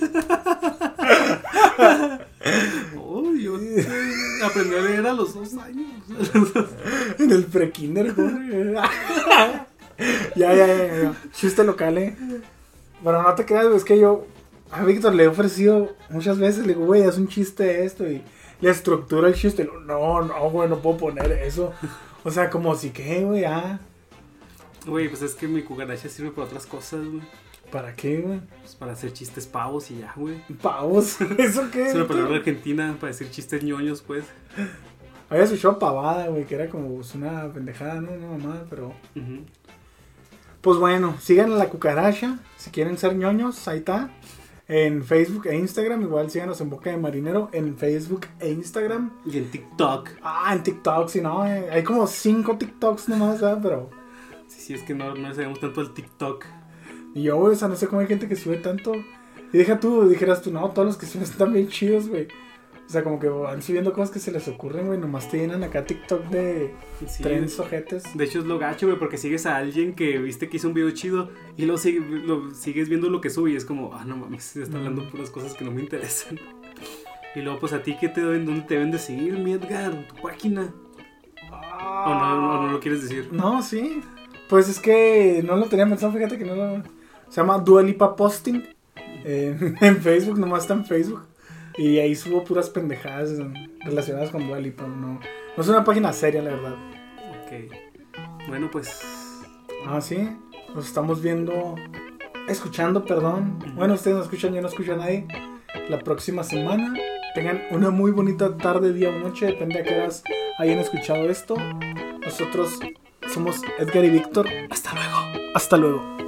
Oh, yo aprendí a leer a los dos años. En el pre-kinder, güey. Ya, ya, ya, ya. Chiste local, eh. Pero no te creas, güey, es que yo a Víctor le he ofrecido muchas veces, le digo, güey, es un chiste esto, y le estructura el chiste. No, no, güey, no puedo poner eso. O sea, como si que, güey, ah. Güey, pues es que mi cucaracha sirve para otras cosas, güey. ¿Para qué, güey? Pues para hacer chistes pavos y ya, güey. ¿Pavos? ¿Eso qué? Es una palabra argentina para decir chistes ñoños, pues. Había escuchado pavada, güey, que era como pues, una pendejada, ¿no? Una mamada, pero... Uh-huh. Pues bueno, sigan a La Cucaracha. Si quieren ser ñoños, ahí está. En Facebook e Instagram. Igual síganos en Boca de Marinero. En Facebook e Instagram. Y en TikTok. Ah, en TikTok, sí, no. Eh. Hay como cinco TikToks nomás, ¿verdad? Pero... Sí, sí, es que no, no sabemos tanto el TikTok. Y yo, güey, o sea, no sé cómo hay gente que sube tanto. Y deja tú, dijeras tú, no, todos los que suben están bien chidos, güey. O sea, como que van subiendo cosas que se les ocurren, güey. Nomás te llenan acá TikTok de sí, trends ojetes. De hecho es lo gacho, güey, porque sigues a alguien que viste que hizo un video chido y luego sigue, lo, sigues viendo lo que sube y es como, ah, no mames, se está hablando puras cosas que no me interesan. Y luego, pues, ¿a ti qué te deben, dónde te deben de seguir, mi Edgar? ¿Tu página? Ah. ¿O no, no, no lo quieres decir? No, sí. Pues es que no lo tenía pensado, fíjate que no lo... Se llama Dua Lipa Posting. Eh, en Facebook, nomás está en Facebook. Y ahí subo puras pendejadas relacionadas con Dua Lipa. No, no es una página seria, la verdad. Ok. Bueno, pues... Ah, sí. Nos estamos viendo... Escuchando, perdón. Uh-huh. Bueno, ustedes no escuchan, yo no escucho a nadie. La próxima semana. Tengan una muy bonita tarde, día o noche. Depende de a qué horas hayan escuchado esto. Nosotros somos Edgar y Víctor. Hasta luego. Hasta luego.